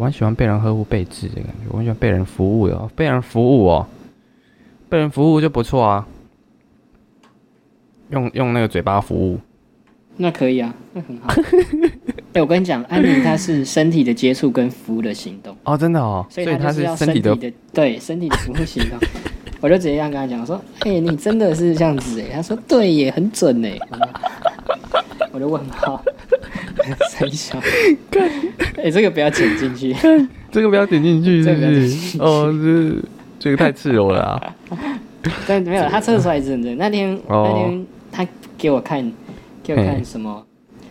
很喜欢被人呵护备至的感觉，我很喜欢被人服务的，被人服务哦，被人服务就不错啊。用那个嘴巴服务， 那可以啊，那很好。我跟你讲，安妮她是身体的接触跟服务的行动哦，真的哦， 所以她就是要身体的对身体的服务行动。我就直接这样跟她讲，我说：“你真的是这样子哎。”她说：“对耶，很准哎。”我就问号，三小，这个不要剪进去， 这个不要点进去，是不是？哦，这个太赤裸了啊！ 但没有，他测出来真的。那天他给我看什么，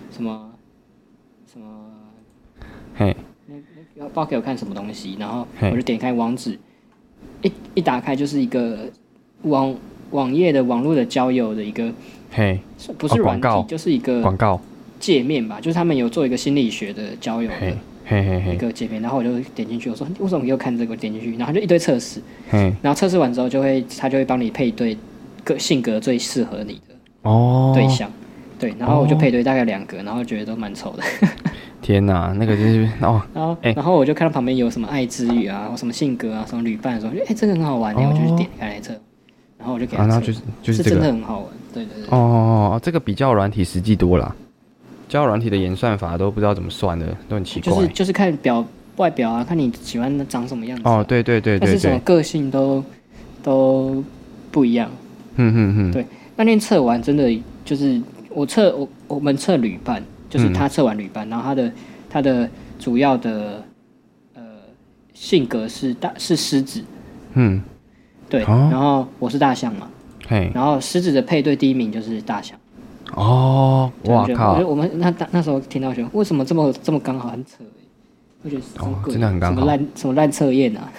嘿， 不知道给我看什么东西，然后我就点开网址，一打开就是一个网页的网络的交友的一个，不是软体，就是一个广告界面吧，就是他们有做一个心理学的交友的。一个界面，然后我就点进去，我说为什么又看这个？我点进去，然后就一堆测试，然后测试完之后他就会帮你配对性格最适合你的对象，对，然后我就配对大概2个，然后觉得都蛮丑的。 天哪，那个就是然后我就看到旁边有什么爱之语啊，或什么性格啊，什么旅伴，说这个很好玩，我就去点开来测，然后我就给他测， 然后就是这个真的很好玩，对。 这个比较软体实际多啦。交友软体的演算法都不知道怎么算的，都很奇怪。 就是看外表啊，看你喜欢的长什么样子。 对。但是什么个性都不一样。对，那天测完真的就是我们测旅伴，就是他测完旅伴，然后他的主要的性格是狮子。对，然后我是大象嘛。然后狮子的配对第一名就是大象。 哇靠！ 我们那时候听到说，为什么这么刚好，很扯我觉得真的很刚好。 什么烂测验啊，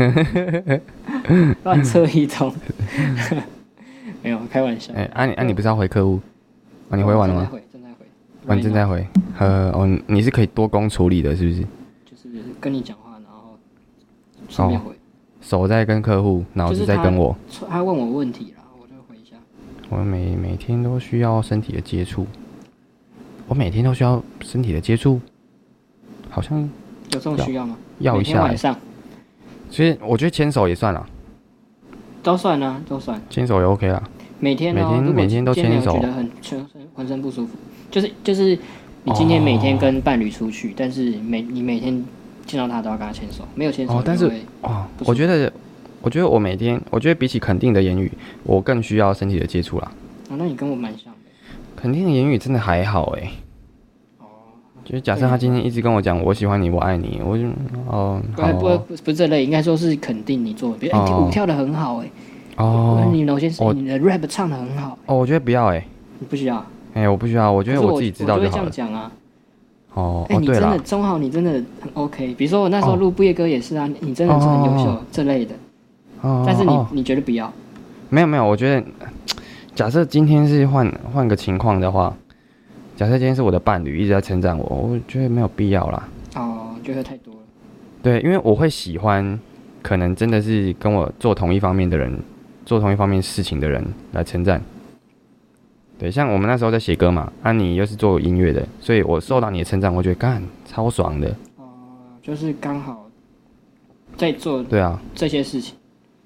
乱测一通。没有开玩笑。 你不是要回客户？你回完了吗？正在回。你是可以多工处理的，是不是？ 就是跟你讲话，然后顺便回。 手在跟客户，脑子在跟我。 他问我问题啦。 我每天都需要身体的接触，好像有这种需要吗？ 要一下。 每天晚上， 其实我觉得牵手也算啦， 都算啊，都算。 牵手也 OK 啦。 每天都牵手， 觉得浑身不舒服。就是你今天每天跟伴侣出去，但是你每天见到他都要跟他牵手，没有牵手， 但是我觉得我觉得比起肯定的言语，我更需要身体的接触啦。 那你跟我蛮像的。 肯定的言语真的还好就是假设他今天一直跟我讲我喜欢你，我爱你，我就不是这类，应该说是肯定你做的，比如舞跳得很好你某些你的 rap 唱得很好我觉得不要你不需要我不需要，我觉得我自己知道就好了。 我就会这样讲啊。 你真的钟浩，你真的很 OK。比如说我那时候录毕业歌也是啊，你真的是很优秀这类的。但是你觉得不要？ 没有，我觉得假设今天是换个情况的话，假设今天是我的伴侣一直在称赞我觉得没有必要啦。 觉得太多了。 对，因为我会喜欢可能真的是跟我做同一方面的人，做同一方面事情的人来称赞。对，像我们那时候在写歌嘛，你又是做音乐的，所以我受到你的称赞，我觉得干超爽的。 就是刚好在做这些事情。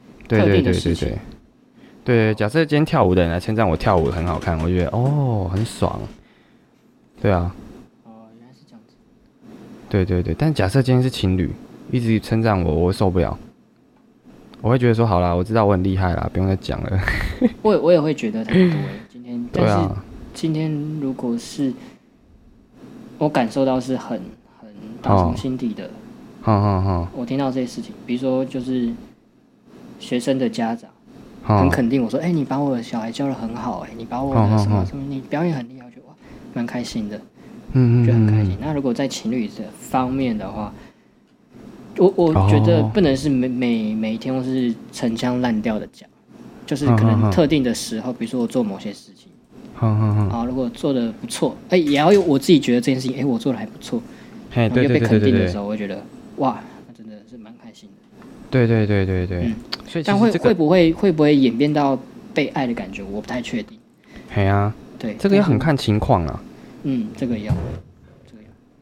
对，假设今天跳舞的人来称赞我跳舞很好看，我觉得很爽。对啊。 原来是这样子。 对，但假设今天是情侣，一直称赞我受不了。我会觉得说好啦，我知道我很厉害啦，不用再讲了。 我也会觉得太多今天，但是今天如果是我感受到是很打从心底的，我听到这些事情，比如说就是学生的家长很肯定我说，你把我的小孩教得很好，你把我的什么什么，你表演很厉害，我觉得哇，蛮开心的，觉得很开心。那如果在情侣这方面的话，我觉得不能是每一天都是陈腔滥调的讲，就是可能特定的时候，比如说我做某些事情，如果做的不错，也要有我自己觉得这件事情，我做的还不错，然后又被肯定的时候，我会觉得哇，那真的是蛮开心的。对。 所以但会不会演变到被爱的感觉，我不太确定。 对，这个也很看情况啊。 这个要。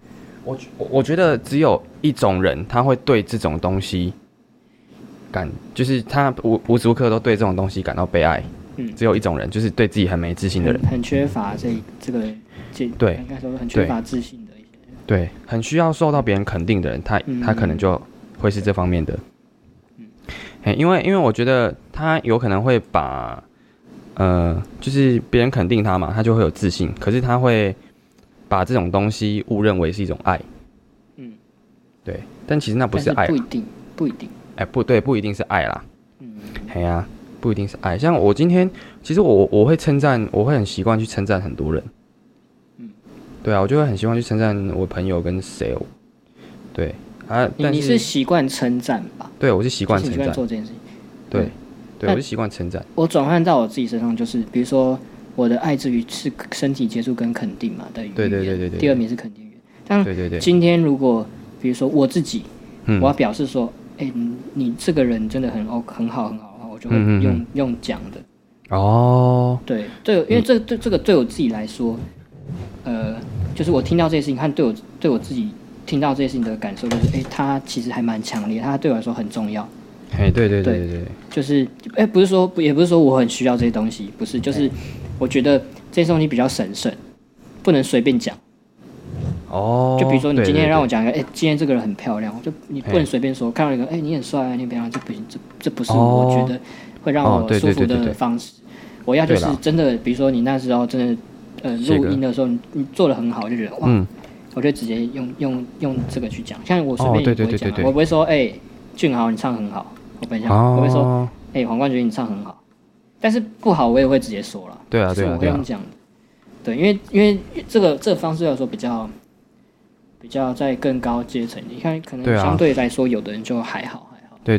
我觉得只有一种人他会对这种东西就是他无时无刻都对这种东西感到被爱。只有一种人，就是对自己很没自信的人， 很缺乏这个对，应该说很缺乏自信的一些人， 对，很需要受到别人肯定的人，他可能就会是这方面的。因为我觉得他有可能会把就是别人肯定他嘛，他就会有自信，可是他会把这种东西误认为是一种爱。对，但其实那不是爱， 不一定。 不一定是爱啦。不一定是爱。像我今天，其实我会称赞，我会很习惯去称赞很多人。对啊，我就会很习惯去称赞我朋友跟谁。对啊， 你是习惯称赞吧？ 对，我是习惯称赞。 做这件事情。 对，我是习惯称赞。 我转换到我自己身上，就是比如说我的爱之语是身体接触跟肯定嘛的语言。对。第二名是肯定语言。但今天如果比如说我自己，我要表示说，你这个人真的很好很好。我就会用讲的对，因为这个对我自己来说，就是我听到这些事情，看对我自己听到这些事情的感受，就是它其实还蛮强烈，它对我来说很重要。 对， 就是也不是说我很需要这些东西，不是，就是我觉得这些东西比较神圣，不能随便讲。就比如说你今天让我讲一个，今天这个人很漂亮，你不能随便说，看到一个，你很帅啊，你很漂亮，这不行，这不是我觉得会让我舒服的方式。我要就是真的，比如说你那时候真的录音的时候，你做得很好，就觉得哇，我就直接用这个去讲。像我随便也不会讲，我不会说俊豪你唱很好，我不会讲，我会说黄冠军你唱很好，但是不好我也会直接说了。 对啊， 我会用讲的。对，因为这个方式来说比较在更高阶层，你看可能相对来说，有的人就还好。 对，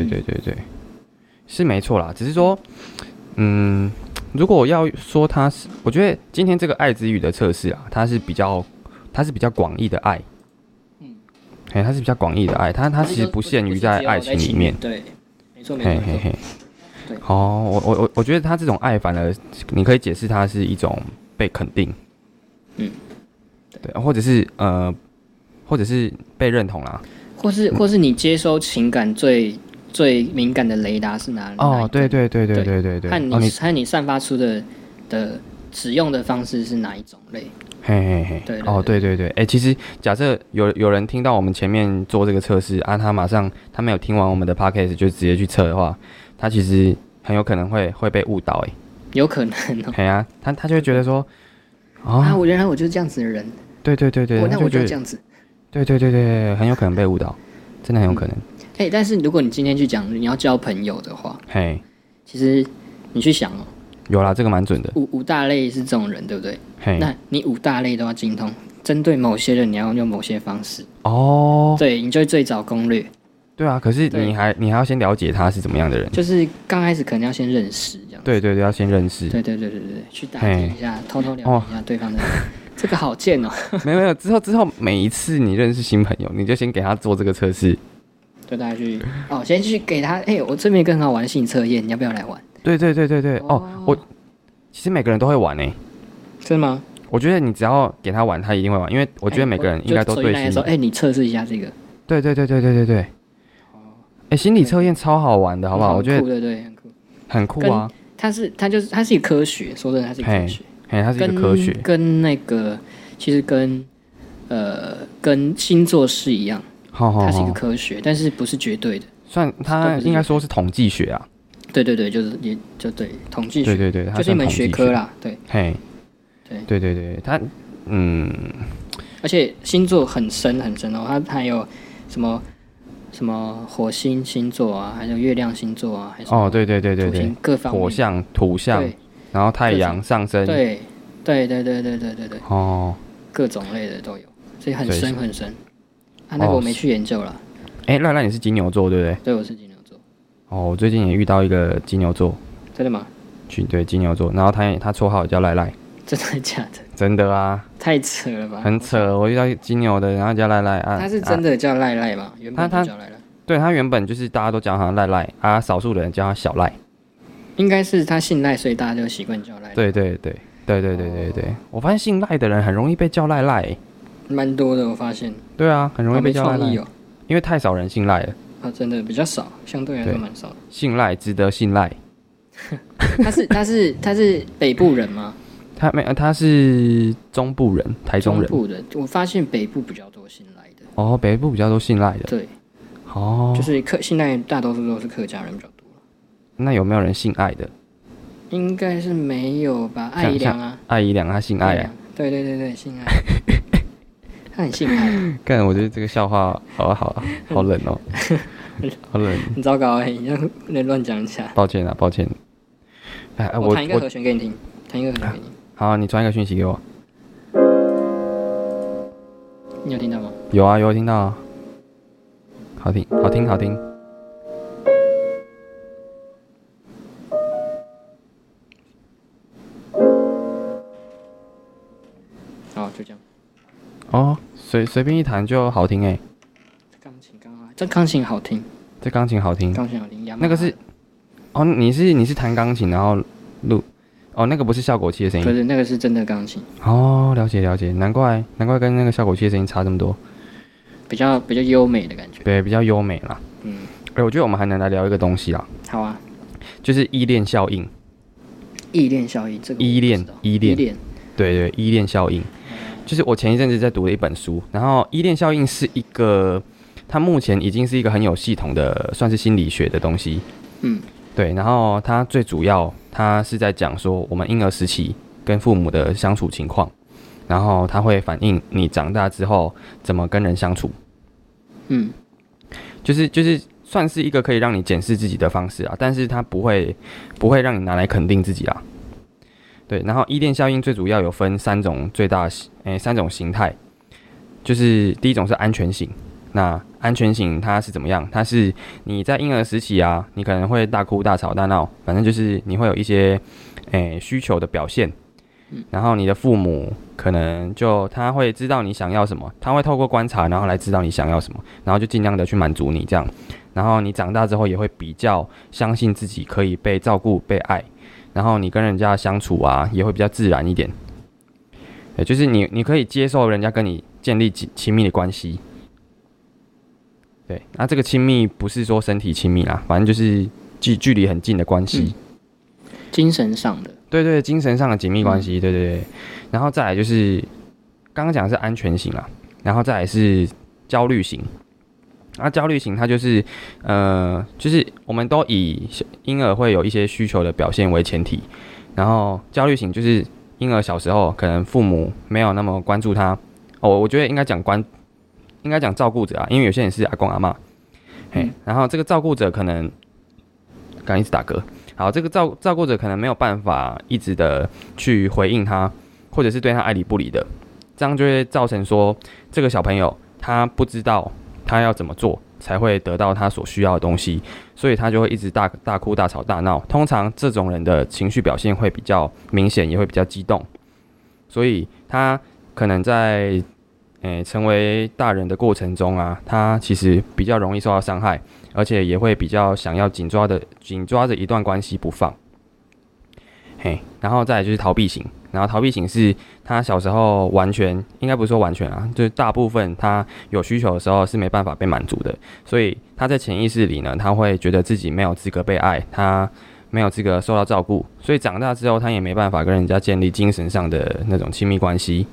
是没错啦。只是说，如果我要说它是，我觉得今天这个爱之语的测试啊，它是比较广义的爱。它是比较广义的爱，它其实不限于在爱情里面。 对，没错。 对。我觉得它这种爱，反而你可以解释它是一种被肯定。对，或者是被认同啦，或是你接收情感最敏感的雷达是哪里？ 对。 看你散发出的使用的方式是哪一种类？ 对。其实假设有人听到我们前面做这个测试啊，他没有听完我们的 podcast 就直接去测的话，他其实很有可能会被误导。 有可能他就会觉得说， 我原来我就是这样子的人。 对， 那我就这样子。 对，很有可能被误导，真的很有可能。 但是如果你今天去讲你要交朋友的话，其实你去想有啦，这个蛮准的。 五大类是这种人，对不对？那你五大类都要精通，针对某些人你要用某些方式。对，你就会最早攻略。 对啊，可是你还要先了解他是怎么样的人， 就是刚开始可能要先认识这样。 对，要先认识。 对，去打听一下，偷偷了解一下对方的。这个好贱哦！ 没有，之后每一次你认识新朋友，你就先给他做这个测试， 就大家去先去给他，我这边更好玩心理测验，你要不要来玩？ 对，我其实每个人都会玩真的吗？ 我觉得你只要给他玩，他一定会玩，因为我觉得每个人应该都对心理。 说你测试一下这个。 对。心理测验超好玩的，好不好？我觉得对， 很酷啊！ 它是一个科学，说真的，它是一个科学。 它是一个科学， 跟那个其实跟星座是一样，它是一个科学，但是不是绝对的。 算它应该说是统计学啊。 对，就是对统计学， 对， 就是一门学科啦。对， 对，它而且星座很深哦，它还有什么火星星座啊，还有月亮星座啊，还是对， 各方面火象、土象。然后太阳上升， 对，各种类的都有，所以很深。那个我没去研究了。 赖你是金牛座对不对？ 对，我是金牛座。 我最近也遇到一个金牛座。 真的吗？ 对，金牛座，然后他绰号也叫赖赖。 真的假的？ 真的啊。 太扯了吧？ 很扯，我遇到金牛的，然后叫赖赖啊。 他是真的叫赖赖吗？原本就叫赖赖。 对，他原本就是大家都叫他赖赖啊，少数的人叫他小赖。 应该是他姓赖，所以大家就习惯叫赖。 对，我发现姓赖的人很容易被叫赖赖。 蛮多的，我发现。 对啊，很容易被叫赖赖，因为太少人信赖了。 啊，真的比较少，相对来说蛮少的。 信赖，值得信赖。 他是北部人吗？ 他是中部人，台中人。 中部人，我发现北部比较多信赖的。 哦，北部比较多信赖的。 对。 哦。 就是信赖大多数都是客家人比较多。 那有没有人姓艾的？ 应该是没有吧？艾怡良啊。 艾怡良他姓艾啊。 对，姓艾。他很姓艾。 干，我觉得这个笑话好冷哦。好冷。 很糟糕你这样乱讲一下。 抱歉。 我弹一个和弦给你听。弹一个和弦给你。 好，你传一个讯息给我。 你有听到吗？ 有啊，有听到啊。好听。 好，就这样。 哦，随便一弹就好听哎。 这钢琴好听。 钢琴好听。那个是，你是弹钢琴然后录，那个不是效果器的声音。 不是，那个是真的钢琴。 哦，了解，难怪跟那个效果器的声音差这么多。 比较优美的感觉。 对，比较优美啦。我觉得我们还能来聊一个东西啦。 好啊。 就是依恋效应。 依恋效应，这个依恋。对，依恋效应。就是我前一阵子在读了一本书，然后依恋效应是一个，它目前已经是一个很有系统的，算是心理学的东西。对，然后它最主要，它是在讲说我们婴儿时期跟父母的相处情况，然后它会反映你长大之后怎么跟人相处。就是算是一个可以让你检视自己的方式啊，但是它不会让你拿来肯定自己啊。对，然后依恋效应最主要有分三种形态，就是第一种是安全型。那安全型它是怎么样？它是你在婴儿时期啊，你可能会大哭大吵大闹，反正就是你会有一些需求的表现，然后你的父母可能他会知道你想要什么，他会透过观察然后来知道你想要什么，然后就尽量的去满足你这样，然后你长大之后也会比较相信自己可以被照顾被爱，然后你跟人家相处啊也会比较自然一点，就是你可以接受人家跟你建立亲密的关系。对，那这个亲密不是说身体亲密啦，反正就是距离很近的关系， 精神上的。 对，精神上的紧密关系，对。然后再来就是刚刚讲的是安全型啦，然后再来是焦虑型。焦虑型它就是我们都以婴儿会有一些需求的表现为前提，然后焦虑型就是婴儿小时候可能父母没有那么关注他，我觉得应该讲照顾者啊，因为有些人是阿公阿嬷，然后这个照顾者可能刚一直打嗝，好，这个照顾者可能没有办法一直的去回应他，或者是对他爱理不理的，这样就会造成说这个小朋友他不知道他要怎么做才会得到他所需要的东西，所以他就会一直大哭大吵大闹。通常这种人的情绪表现会比较明显，也会比较激动，所以他可能在成为大人的过程中啊，他其实比较容易受到伤害，而且也会比较想要紧抓着一段关系不放。然后再来就是逃避型，然后逃避型是他小时候应该不是说完全啊，就是大部分他有需求的时候是没办法被满足的，所以他在潜意识里呢，他会觉得自己没有资格被爱，他没有资格受到照顾，所以长大之后他也没办法跟人家建立精神上的那种亲密关系。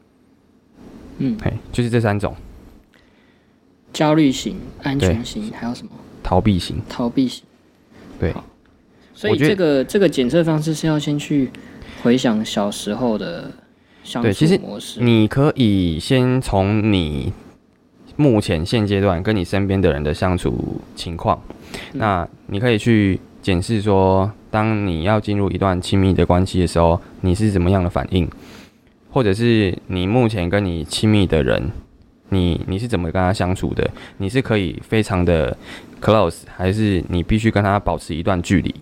就是这三种： 焦虑型、安全型，还有什么？ 逃避型。对。 所以这个检测方式是要先去回想小时候的相处模式。对，其实你可以先从你目前现阶段跟你身边的人的相处情况，那你可以去检视说，当你要进入一段亲密的关系的时候，你是怎么样的反应，或者是你目前跟你亲密的人，你是怎么跟他相处的？你是可以非常的 close， 还是你必须跟他保持一段距离？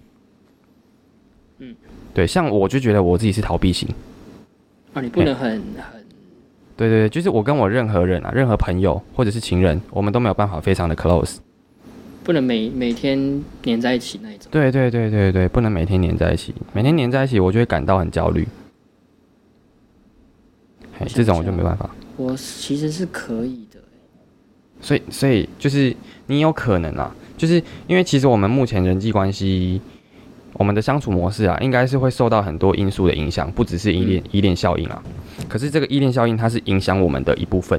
对，像我就觉得我自己是逃避型。 你不能很对，就是我跟我任何人啊，任何朋友或者是情人，我们都没有办法非常的 close， 不能每天黏在一起那一种。 对，不能每天黏在一起，每天黏在一起，我就会感到很焦虑。这种我就没办法。 我其实是可以的。 所以就是你有可能啊，就是因为其实我们目前人际关系，我们的相处模式啊，应该是会受到很多因素的影响，不只是依恋效应啊。可是这个依恋效应它是影响我们的一部分。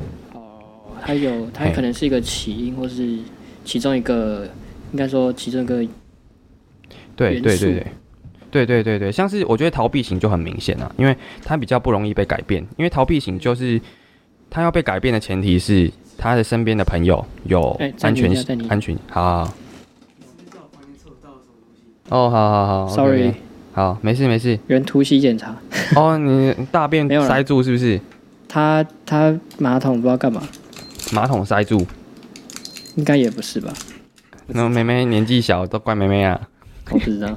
它可能是一个起因，或是其中一个，应该说其中一个元素。 对，像是我觉得逃避型就很明显啊，因为它比较不容易被改变，因为逃避型就是他要被改变的前提是他的身边的朋友有安全，好。哦，好 ，sorry， 好，没事。 人突袭检查。 哦，你大便塞住是不是？ 他马桶不知道干嘛。 马桶塞住？ 应该也不是吧？ 那妹妹年纪小，都怪妹妹啊。 我不知道。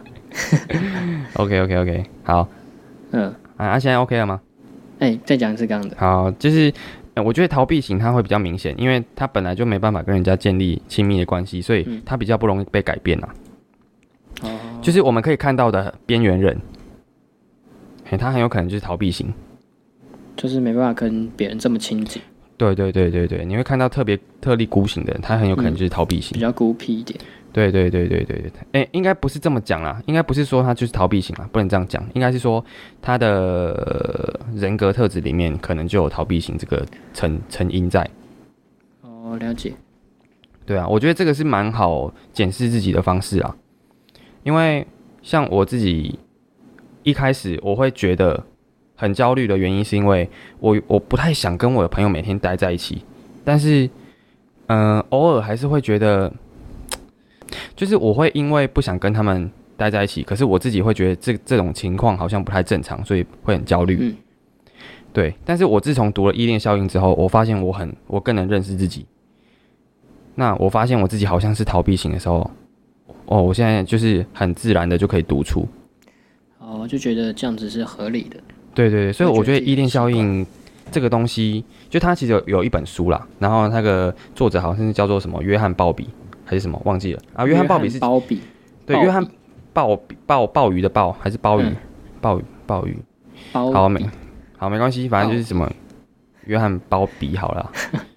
OK， 好。现在 OK 了吗？ 再讲一次刚刚的。 好，就是我觉得逃避型他会比较明显，因为他本来就没办法跟人家建立亲密的关系，所以他比较不容易被改变啊。就是我们可以看到的边缘人，他很有可能就是逃避型， 就是没办法跟别人这么亲近。 对，你会看到特立孤行的人，他很有可能就是逃避型， 比较孤僻一点。 对，应该不是这么讲啦，应该不是说他就是逃避型啦，不能这样讲，应该是说他的人格特质里面可能就有逃避型这个成因在。 哦，了解。 对啊，我觉得这个是蛮好检视自己的方式啊，因为像我自己一开始我会觉得很焦虑的原因，是因为我不太想跟我的朋友每天待在一起，但是偶尔还是会觉得。就是我会因为不想跟他们待在一起，可是我自己会觉得这种情况好像不太正常，所以会很焦虑。对。但是我自从读了依恋效应之后，我发现我更能认识自己。那我发现我自己好像是逃避型的时候，我现在就是很自然的就可以独处。 就觉得这样子是合理的。 对，所以我觉得依恋效应这个东西，就它其实有一本书啦，然后那个作者好像是叫做什么约翰鲍比。还是什么忘记了啊？约翰鲍比是鲍比， 对，约翰鲍鱼的鲍还是鲍鱼？鲍鱼。好没关系，反正就是什么约翰鲍比好了。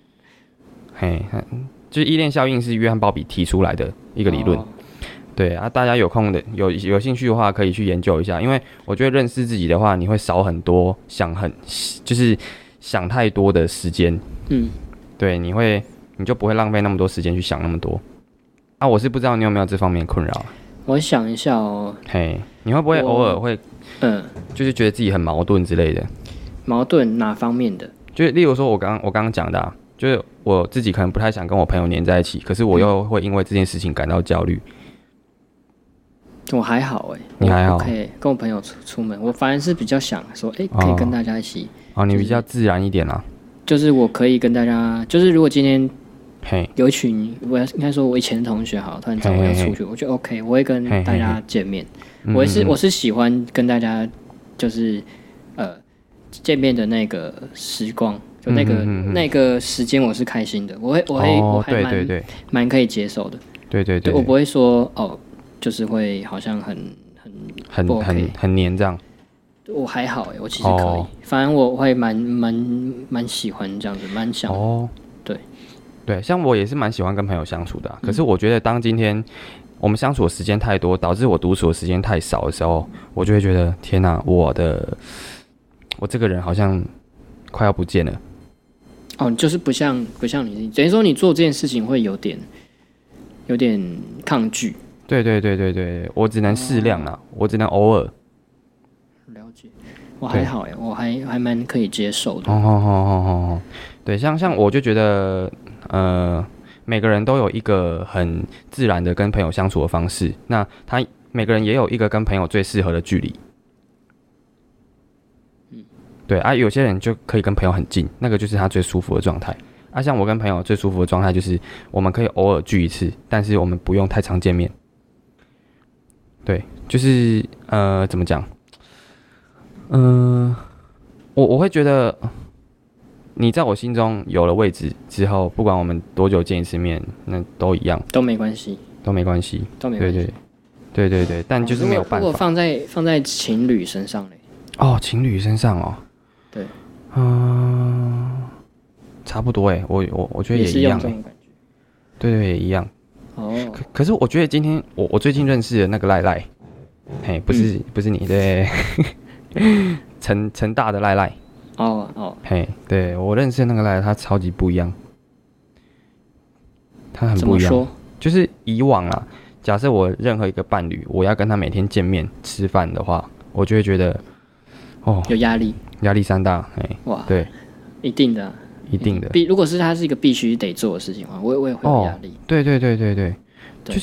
就是依恋效应是约翰鲍比提出来的一个理论。对啊，大家有空的有兴趣的话，可以去研究一下，因为我觉得认识自己的话，你会少很多就是想太多的时间。对，你就不会浪费那么多时间去想那么多。我是不知道你有没有这方面困扰。 我想一下哦。 你会不会偶尔会，就是觉得自己很矛盾之类的？ 矛盾哪方面的？ 就是例如说我刚刚讲的就是我自己可能不太想跟我朋友黏在一起，可是我又会因为这件事情感到焦虑。 我还好你还好？ 我可以跟我朋友出门，我反而是比较想说，可以跟大家一起。 你比较自然一点啦。 就是我可以跟大家，就是如果今天有一群，我应该说我以前的同学好，突然找我要出去，我觉得 OK， 我会跟大家见面。我是喜欢跟大家就是见面的那个时光，就那个时间我是开心的，我还蛮可以接受的。对，我不会说就是会好像很黏这样。 我还好我其实可以，反正我会蛮喜欢这样子，蛮想对，像我也是蛮喜欢跟朋友相处的可是我觉得当今天我们相处的时间太多，导致我独处的时间太少的时候，我就会觉得天哪，我这个人好像快要不见了。 就是不像你，等于说你做这件事情会有点抗拒。 对，我只能适量啦，我只能偶尔。 了解，我还好我还蛮可以接受的。 对，像我就觉得，每个人都有一个很自然的跟朋友相处的方式，那每个人也有一个跟朋友最适合的距离。对有些人就可以跟朋友很近，那个就是他最舒服的状态。像我跟朋友最舒服的状态就是我们可以偶尔聚一次，但是我们不用太常见面。对，就是怎么讲？我会觉得你在我心中有了位置之后，不管我们多久见一次面，那都一样， 都没关系。 对，但就是没有办法。 如果放在情侣身上嘞？ 情侣身上对， 差不多我觉得也一样这种感觉。 对对，一样。哦，可是我觉得今天我最近认识的那个赖赖，嘿，不是你对，成大的赖赖。 哦， 嘿，对我认识的那个赖赖，他超级不一样，他很不一样。怎么说？就是以往啊，假设我任何一个伴侣，我要跟他每天见面吃饭的话，我就会觉得， 有压力， 压力山大。哇，对， 一定的。 一定的， 如果是他是一个必须得做的事情的话，我也会有压力。 对，就是，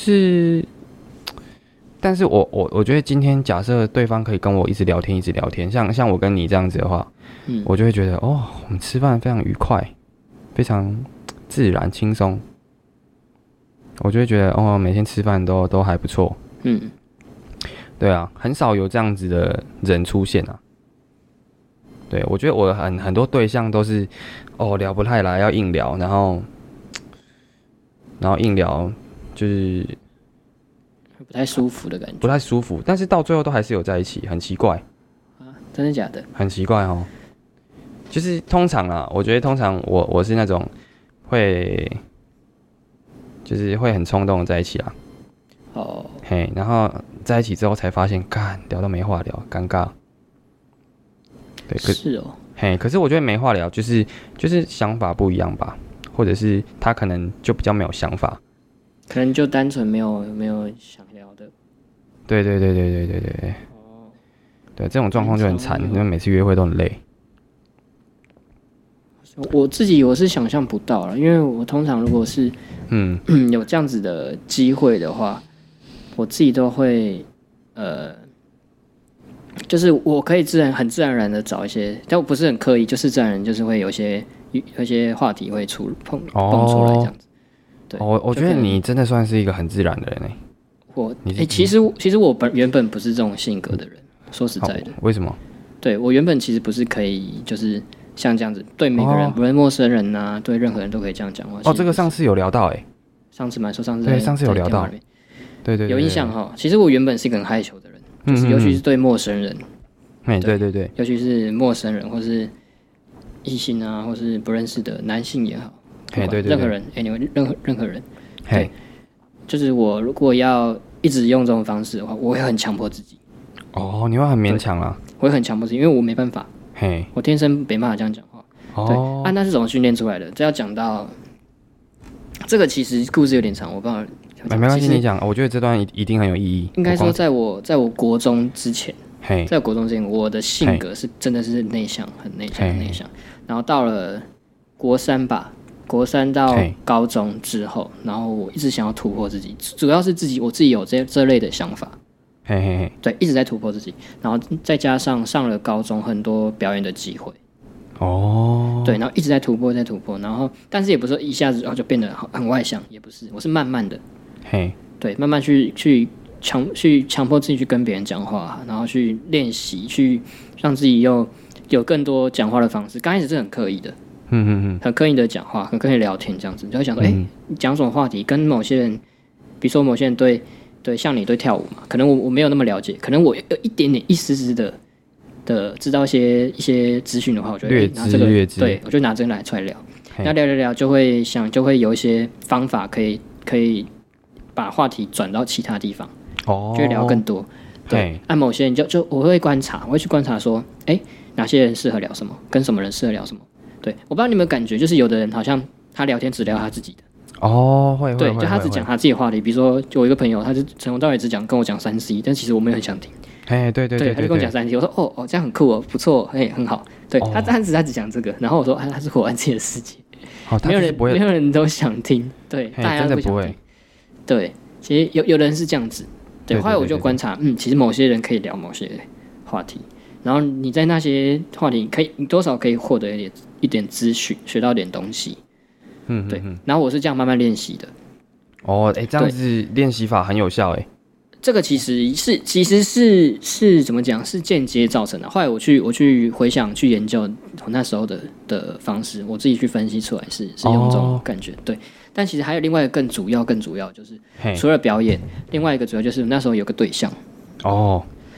但是我觉得今天假设对方可以跟我一直聊天，像我跟你这样子的话，我就会觉得我们吃饭非常愉快，非常自然轻松，我就会觉得每天吃饭都还不错。对啊，很少有这样子的人出现啊。对，我觉得我很多对象都是聊不太来，要硬聊，然后硬聊就是不太舒服的感觉， 不太舒服，但是到最后都还是有在一起，很奇怪啊，真的假的？ 很奇怪哦，就是通常啊，我觉得通常我是那种就是会很冲动的在一起啊，嘿，然后在一起之后才发现，干聊都没话聊，尴尬。对， 是哦， 嘿，可是我觉得没话聊，就是想法不一样吧，或者是他可能就比较没有想法， 可能就单纯没有想聊的。 对。对，这种状况就很惨，因为每次约会都很累。 我自己是想象不到了，因为我通常如果是有这样子的机会的话，我自己都会就是我可以很自然而然的找一些，但我不是很刻意，就是自然而然就是会有一些话题会蹦出来这样子。对， 我觉得你真的算是一个很自然的人其实我原本不是这种性格的人，说实在的。 为什么？ 对，我原本其实不是可以就是像这样子对每个人，不论陌生人啊，对任何人都可以这样讲话。 这个上次有聊到上次上次有聊到，对， 有印象哈。其实我原本是一个很害羞的人。就是尤其是对陌生人， 对， 尤其是陌生人或是异性啊，或是不认识的男性也好， 对， 任何人，anyway，任何人，对，就是我如果要一直用这种方式的话，我会很强迫自己。 你会很勉强啦？ 我会很强迫自己，因为我没办法，我天生没办法这样讲话。对，那是怎么训练出来的？这要讲到这个，其实故事有点长，我不知道。 没关系，你讲。我觉得这段一定很有意义。 应该说，在我国中之前，在国中之前，我的性格是真的是内向，很内向。然后到了国三到高中之后，然后我一直想要突破自己，主要是我自己有这类的想法。对，一直在突破自己，然后再加上上了高中很多表演的机会。对，然后一直在突破，然后但是也不是说一下子就变得很外向，也不是，我是慢慢的。对，慢慢去强迫自己去跟别人讲话，然后去练习，去让自己有更多讲话的方式。刚开始是很刻意的，很刻意的讲话，很刻意聊天这样子，你就会想说，你讲什么话题？跟某些人，比如说某些人对，像你对跳舞嘛，可能我没有那么了解，可能我有一点点一丝丝的知道一些资讯的话，我就会拿这个，对，我就拿这个出来聊，那聊就会有一些方法可以把话题转到其他地方，就会聊更多。对，按某些人就我会观察，我会去观察说，哪些人适合聊什么，跟什么人适合聊什么。对，我不知道你们有感觉，就是有的人好像他聊天只聊他自己的。 会， 对，就他只讲他自己的话题。比如说，就我一个朋友，他就从头到尾只跟我讲3C，但其实我没有很想听。 对， 他就跟我讲3C，我说这样很酷哦，不错，很好。对，他只讲这个，然后我说他是活完自己的世界，没有人都想听，对，大家都不想听。对，其实有的人是这样子。对，后来我就观察，其实某些人可以聊某些话题，然后你在那些话题你多少可以获得一点资讯，学到点东西。对，然后我是这样慢慢练习的。 这样子练习法很有效这个其实是怎么讲？是间接造成的。后来我去回想去研究我那时候的方式，我自己去分析出来是用这种感觉。对，但其实还有另外一个更主要，就是除了表演，另外一个主要就是那时候有个对象。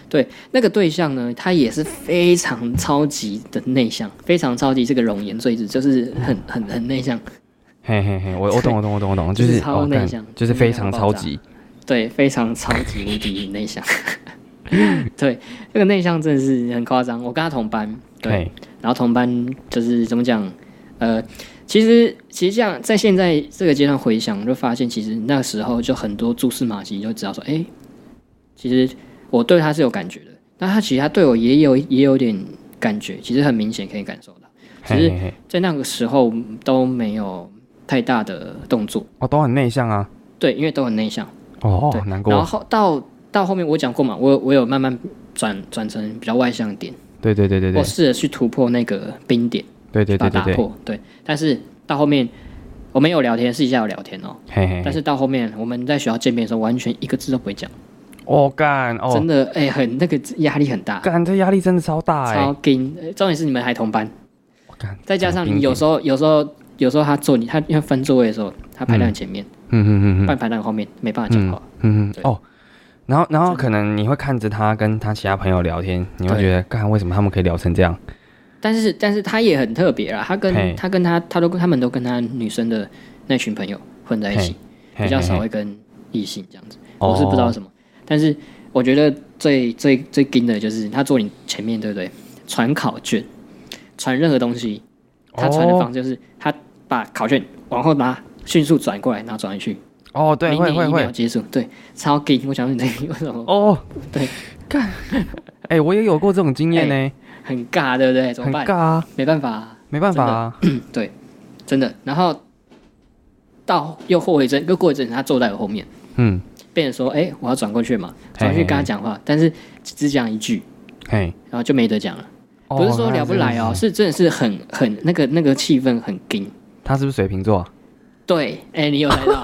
对，那个对象呢，他也是非常超级的内向，非常超级这个容颜坠子，就是很内向。 嘿嘿嘿，我懂，就是超内向， 就是非常超级， 对，非常超级无敌内向。对，这个内向真的是很夸张。我跟他同班，对，然后同班就是怎么讲？其实这样，在现在这个阶段回想，就发现其实那时候就很多蛛丝马迹，就知道说，其实我对他是有感觉的，但他其实他对我也有点感觉，其实很明显可以感受到，只是在那个时候都没有太大的动作。 都很内向啊。 对，因为都很内向。 难过。 然后到后面我讲过嘛，我有慢慢转成比较外向一点。 对， 我试着去突破那个冰点。对，把它打破。对，但是到后面我们有聊天，私底下有聊天哦。但是到后面我们在学校见面的时候，完全一个字都不会讲。真的很那个压力很大。 这压力真的超大超紧。重点是你们还同班，再加上你有时候他坐你，他因为分座位的时候，他排在你前面，半排在你后面，没办法讲话。 然后可能你会看着他跟他其他朋友聊天，你会觉得，为什么他们可以聊成这样？ 但是他也很特别啦，他们都跟他女生的那群朋友混在一起，比较少会跟异性这样子。我是不知道什么，但是我觉得最惊的就是他坐你前面，对不对？传考卷，传任何东西，他传的方式就是他把考卷往后拿，迅速转过来，然后转回去。 对，会1秒结束，对，超劲。我想问你这个为什么？对， 干，我也有过这种经验呢， 很尬，对不对？怎么办？ 很尬啊， 没办法啊，对，真的。然后又过一阵，他坐在我后面，变成说，我要转过去嘛，转过去跟他讲话，但是只讲一句，然后就没得讲了。不是说聊不来哦，是真的是很那个气氛很劲。 他是不是水瓶座？ 对，你有猜到。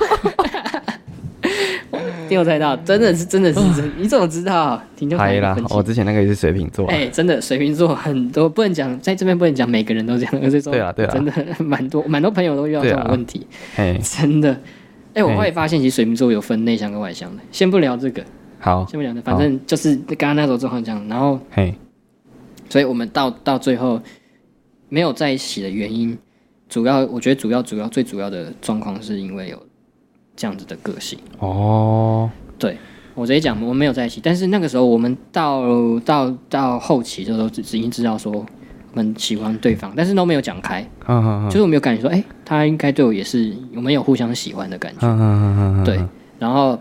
你有猜到，真的是，你怎么知道？ 嗨啦，我之前那个也是水瓶座。 真的水瓶座很多，不能讲，在这边不能讲每个人都这样。 对啊， 真的蛮多朋友都遇到这种问题。真的。我后来发现，其实水瓶座有分内向跟外向的。先不聊这个， 好， 先不聊这个，反正就是刚刚那时候状况讲，然后所以我们到最后没有在一起的原因，我觉得最主要的状况是因为有这样子的个性。对，我直接讲，我们没有在一起，但是那个时候我们到后期的时候，已经知道说我们喜欢对方，但是都没有讲开。就是我没有感觉说，他应该对我也是，我们有互相喜欢的感觉。对，然后，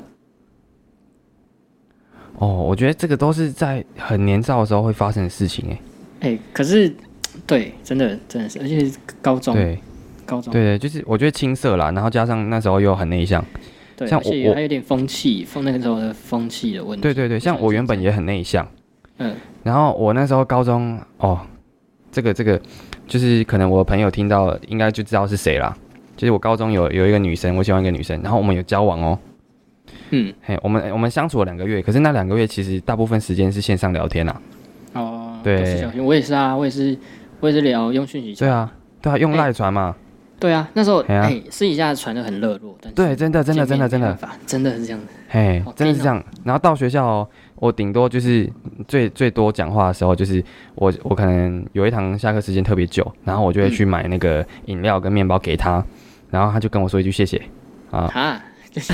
我觉得这个都是在很年少的时候会发生的事情。 可是，对，真的是，而且是高中， 对，就是我觉得青涩啦，然后加上那时候又很内向。 对，像我还有点那个时候的风气的问题。 对，像我原本也很内向，然后我那时候高中这个就是可能我朋友听到应该就知道是谁啦。就是我高中有一个女生，我喜欢一个女生，然后我们有交往我们相处了2个月，可是那2个月其实大部分时间是线上聊天啦。对， 我也是啊，我也是聊用讯息。 对啊，用赖传嘛。 对啊，那时候私底下传的很热络，但是对，真的，真的是这样子。真的是这样。然后到学校，我顶多就是最多讲话的时候，就是我可能有一堂下课时间特别久，然后我就会去买那个饮料跟面包给他，然后他就跟我说一句谢谢啊。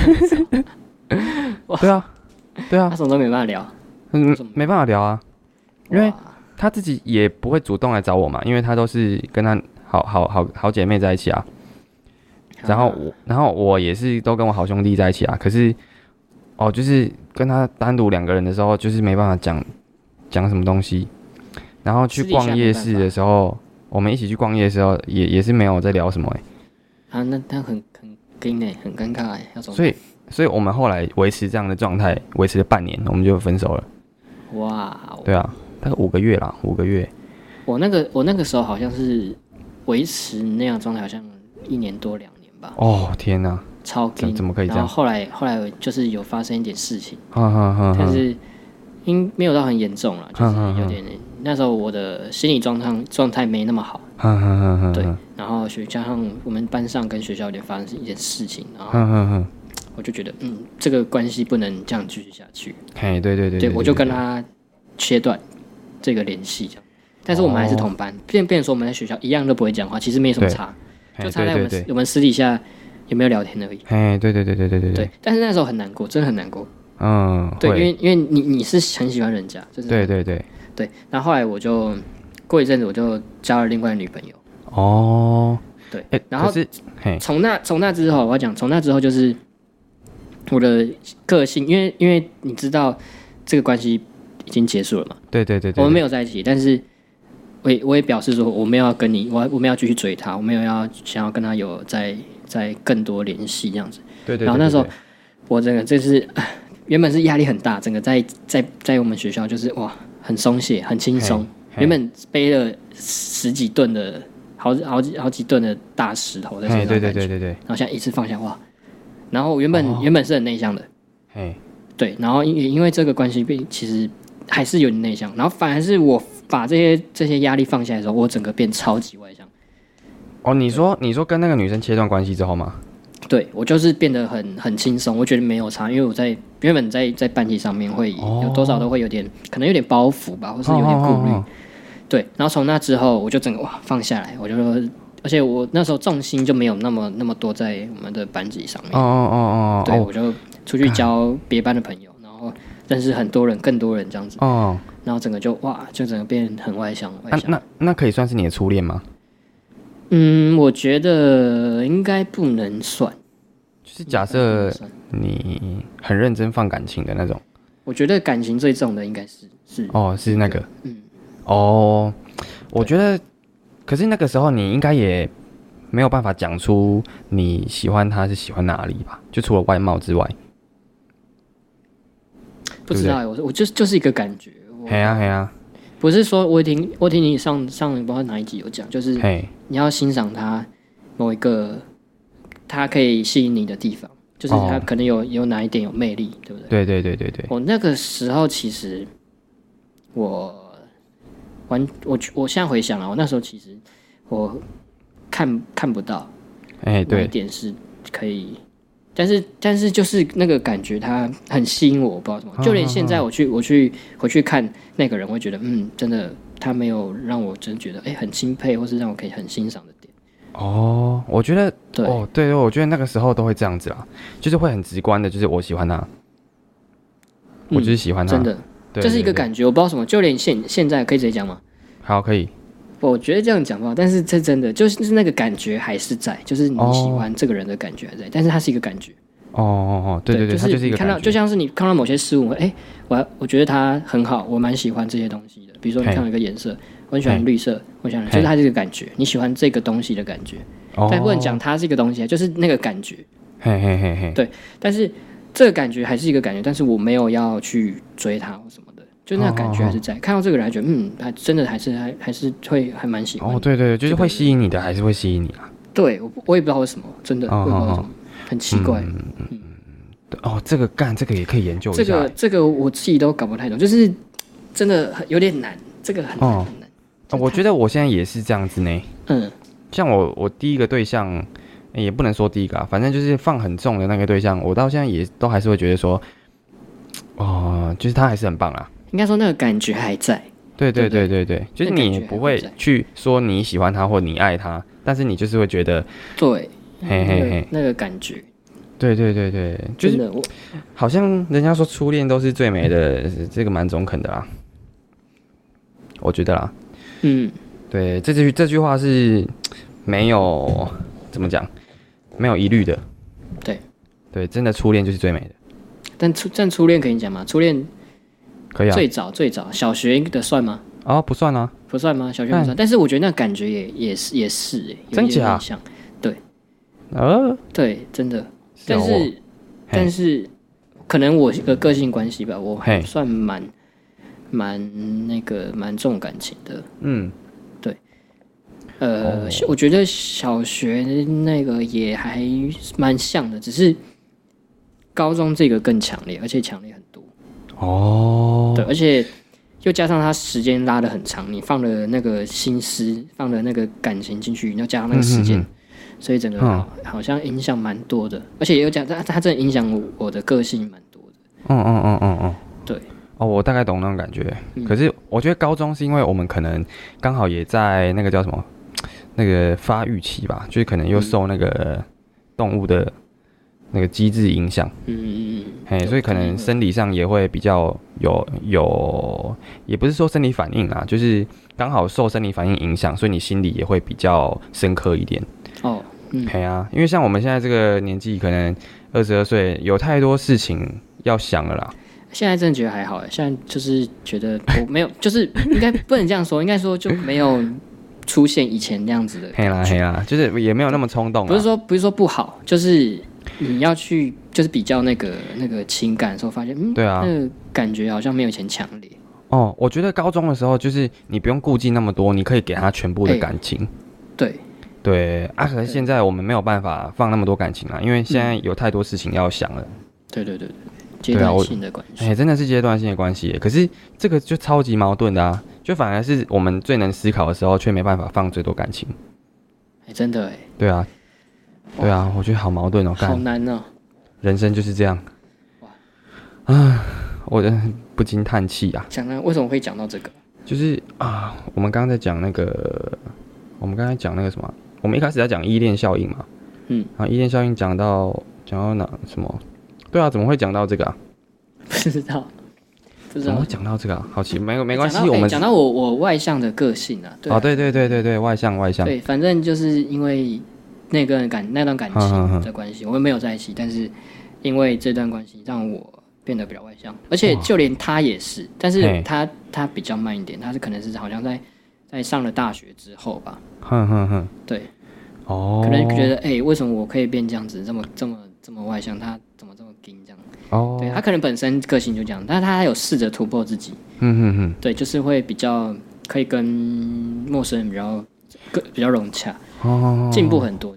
对啊， 他什么都没办法聊， 没办法聊啊，因为他自己也不会主动来找我嘛，因为他都是跟他好姐妹在一起啊，然后我也是都跟我好兄弟在一起啊，可是就是跟他单独2个人的时候，就是没办法讲什么东西，然后去逛夜市的时候，我们一起去逛夜的时候，也是没有在聊什么那他很惊很尴尬要怎么？ 所以我们后来维持这样的状态，维持了半年，我们就分手了。 哇， 对啊，大概5个月啦，5个月。 我那个时候好像是维持那样的状态，好像1年多2年吧。 天哪， 超紧， 怎么可以这样？ 然后后来就是有发生一点事情，但是没有到很严重了，就是有点那时候我的心理状态没那么好。对，然后加上我们班上跟学校有点发生一件事情，然后我就觉得这个关系不能这样继续下去。 对， 我就跟他切断这个联系，这样。但是我们还是同班，变成说我们在学校一样都不会讲话，其实没什么差，就差在我们私底下有没有聊天而已。对。但是那时候很难过，真的很难过。对，因为你是很喜欢人家，就是对。然后后来我就过一阵子，我就交了另外的女朋友。对。然后从那之后，我要讲，从那之后就是我的个性，因为你知道这个关系已经结束了嘛。对，我们没有在一起，但是我也表示说我没有要跟你，我没有要继续追他，我没有想要跟他有在更多联系这样子。对。然后那时候我整个就是原本是压力很大，整个在我们学校就是哇很松懈很轻松，原本背了10几吨的好几吨的大石头在身上，对。然后现在一次放下哇，然后原本是很内向的，对，然后因为这个关系其实还是有点内向，然后反而是我把这些压力放下来的时候，我整个变超级外向。你说跟那个女生切断关系之后吗？对，我就是变得很轻松，我觉得没有差，因为我原本在班级上面会有多少都会有点可能有点包袱吧，或是有点顾虑。对，然后从那之后我就整个放下来，我就而且我那时候重心就没有那么多在我们的班级上面。对，我就出去交别班的朋友，然后认识更多人这样子。然后整个就整个变很外向。那可以算是你的初恋吗？我觉得应该不能算。就是假设你很认真放感情的那种。我觉得感情最重的应该是是那个。我觉得，可是那个时候你应该也没有办法讲出你喜欢他是喜欢哪里吧？就除了外貌之外。不知道，我就是一个感觉。嘿啊，不是说我听你上不知道哪一集有讲，就是你要欣赏他某一个他可以吸引你的地方，就是他可能有哪一点有魅力，对不对？对。我那个时候其实我现在回想啊，我那时候其实我看不到，哪一点是可以。但是就是那个感觉，它很吸引我，我不知道什么。就连现在我回去看那个人，我会觉得，真的他没有让我真觉得很钦佩，或是让我可以很欣赏的点。我觉得对，我觉得那个时候都会这样子啦，就是会很直观的，就是我喜欢他，我就是喜欢他，真的，就是一个感觉，我不知道什么。就连现在可以直接讲吗？好，可以。我觉得这样讲吧，但是这真的就是那个感觉还是在，就是你喜欢这个人的感觉还在，但是它是一个感觉。对，就是一个感觉，就像是你看到某些事物，我觉得它很好，我蛮喜欢这些东西的。比如说你看到一个颜色，我很喜欢绿色，我想就是它这个感觉，你喜欢这个东西的感觉。但不能讲它是一个东西，就是那个感觉。对，但是这个感觉还是一个感觉，但是我没有要去追它或什么的。就那感觉还是在，看到这个人还觉得，他真的还是会还蛮喜欢。对，就是会吸引你的，还是会吸引你啊。对，我也不知道为什么，真的，我也不知道为什么，很奇怪。这个也可以研究一下。这个我自己都搞不太懂，就是真的有点难，这个很难。我觉得我现在也是这样子呢。像我第一个对象，也不能说第一个啊，反正就是放很重的那个对象，我到现在也都还是会觉得说，就是他还是很棒啊。应该说那个感觉还在，对，就是你也不会去说你喜欢他或你爱他，但是你就是会觉得，对，那个感觉，对，就是好像人家说初恋都是最美的，这个蛮中肯的啦，我觉得啦，对，这句话是没有怎么讲，没有疑虑的，对，真的初恋就是最美的，但初恋可以讲吗？初恋。可以啊，最早小学的算吗？不算啊，不算吗？小学不算，但是我觉得那感觉也是真假？对，对，真的，但是可能我的个性关系吧，我算蛮重感情的，对，我觉得小学那个也还蛮像的，只是高中这个更强烈，而且强烈很多。对，而且又加上他时间拉得很长，你放了那个心思，放了那个感情进去，你要加上那个时间，所以整个好像影响蛮多的，而且又加他真的影响我的个性蛮多的。对， 我大概懂那种感觉。可是我觉得高中是因为我们可能刚好也在那个叫什么，那个发育期吧，就是可能又受那个动物的那个机制影响。所以可能生理上也会比较有，也不是说生理反应啦，就是刚好受生理反应影响，所以你心里也会比较深刻一点。因为像我们现在这个年纪，可能22岁，有太多事情要想了啦。 现在真的觉得还好，现在就是觉得我没有，就是应该不能这样说，应该说就没有出现以前那样子的感觉。 嘿啦，就是也没有那么冲动。 不是说不好，就是你要去就是比较那个情感的时候，发现对啊，那个感觉好像没有以前强烈。 我觉得高中的时候就是你不用顾忌那么多，你可以给他全部的感情。对可是现在我们没有办法放那么多感情啦，因为现在有太多事情要想了。对， 阶段性的关系。 真的是阶段性的关系耶。可是这个就超级矛盾的啊，就反而是我们最能思考的时候，却没办法放最多感情。 真的哎。 对啊，我觉得好矛盾哦， 好难哦。 人生就是这样。我不禁叹气啊。 为什么会讲到这个？ 就是我们刚刚在讲那个，我们刚才讲那个什么，我们一开始在讲依恋效应嘛。然后依恋效应讲到哪什么？对啊，怎么会讲到这个啊？ 不知道。 怎么会讲到这个啊？好奇，没关系，我们讲到我外向的个性啊。 对，外向。 对，反正就是因为那段感情的关系，我们没有在一起，但是因为这段关系让我变得比较外向，而且就连他也是，但是他比较慢一点，他是可能是好像在上了大学之后吧。对。可能觉得为什么我可以变这样子，这么外向，他怎么这么硬这样？对，他可能本身个性就这样，但是他有试着突破自己。对，就是会比较可以跟陌生人比较融洽。进步很多。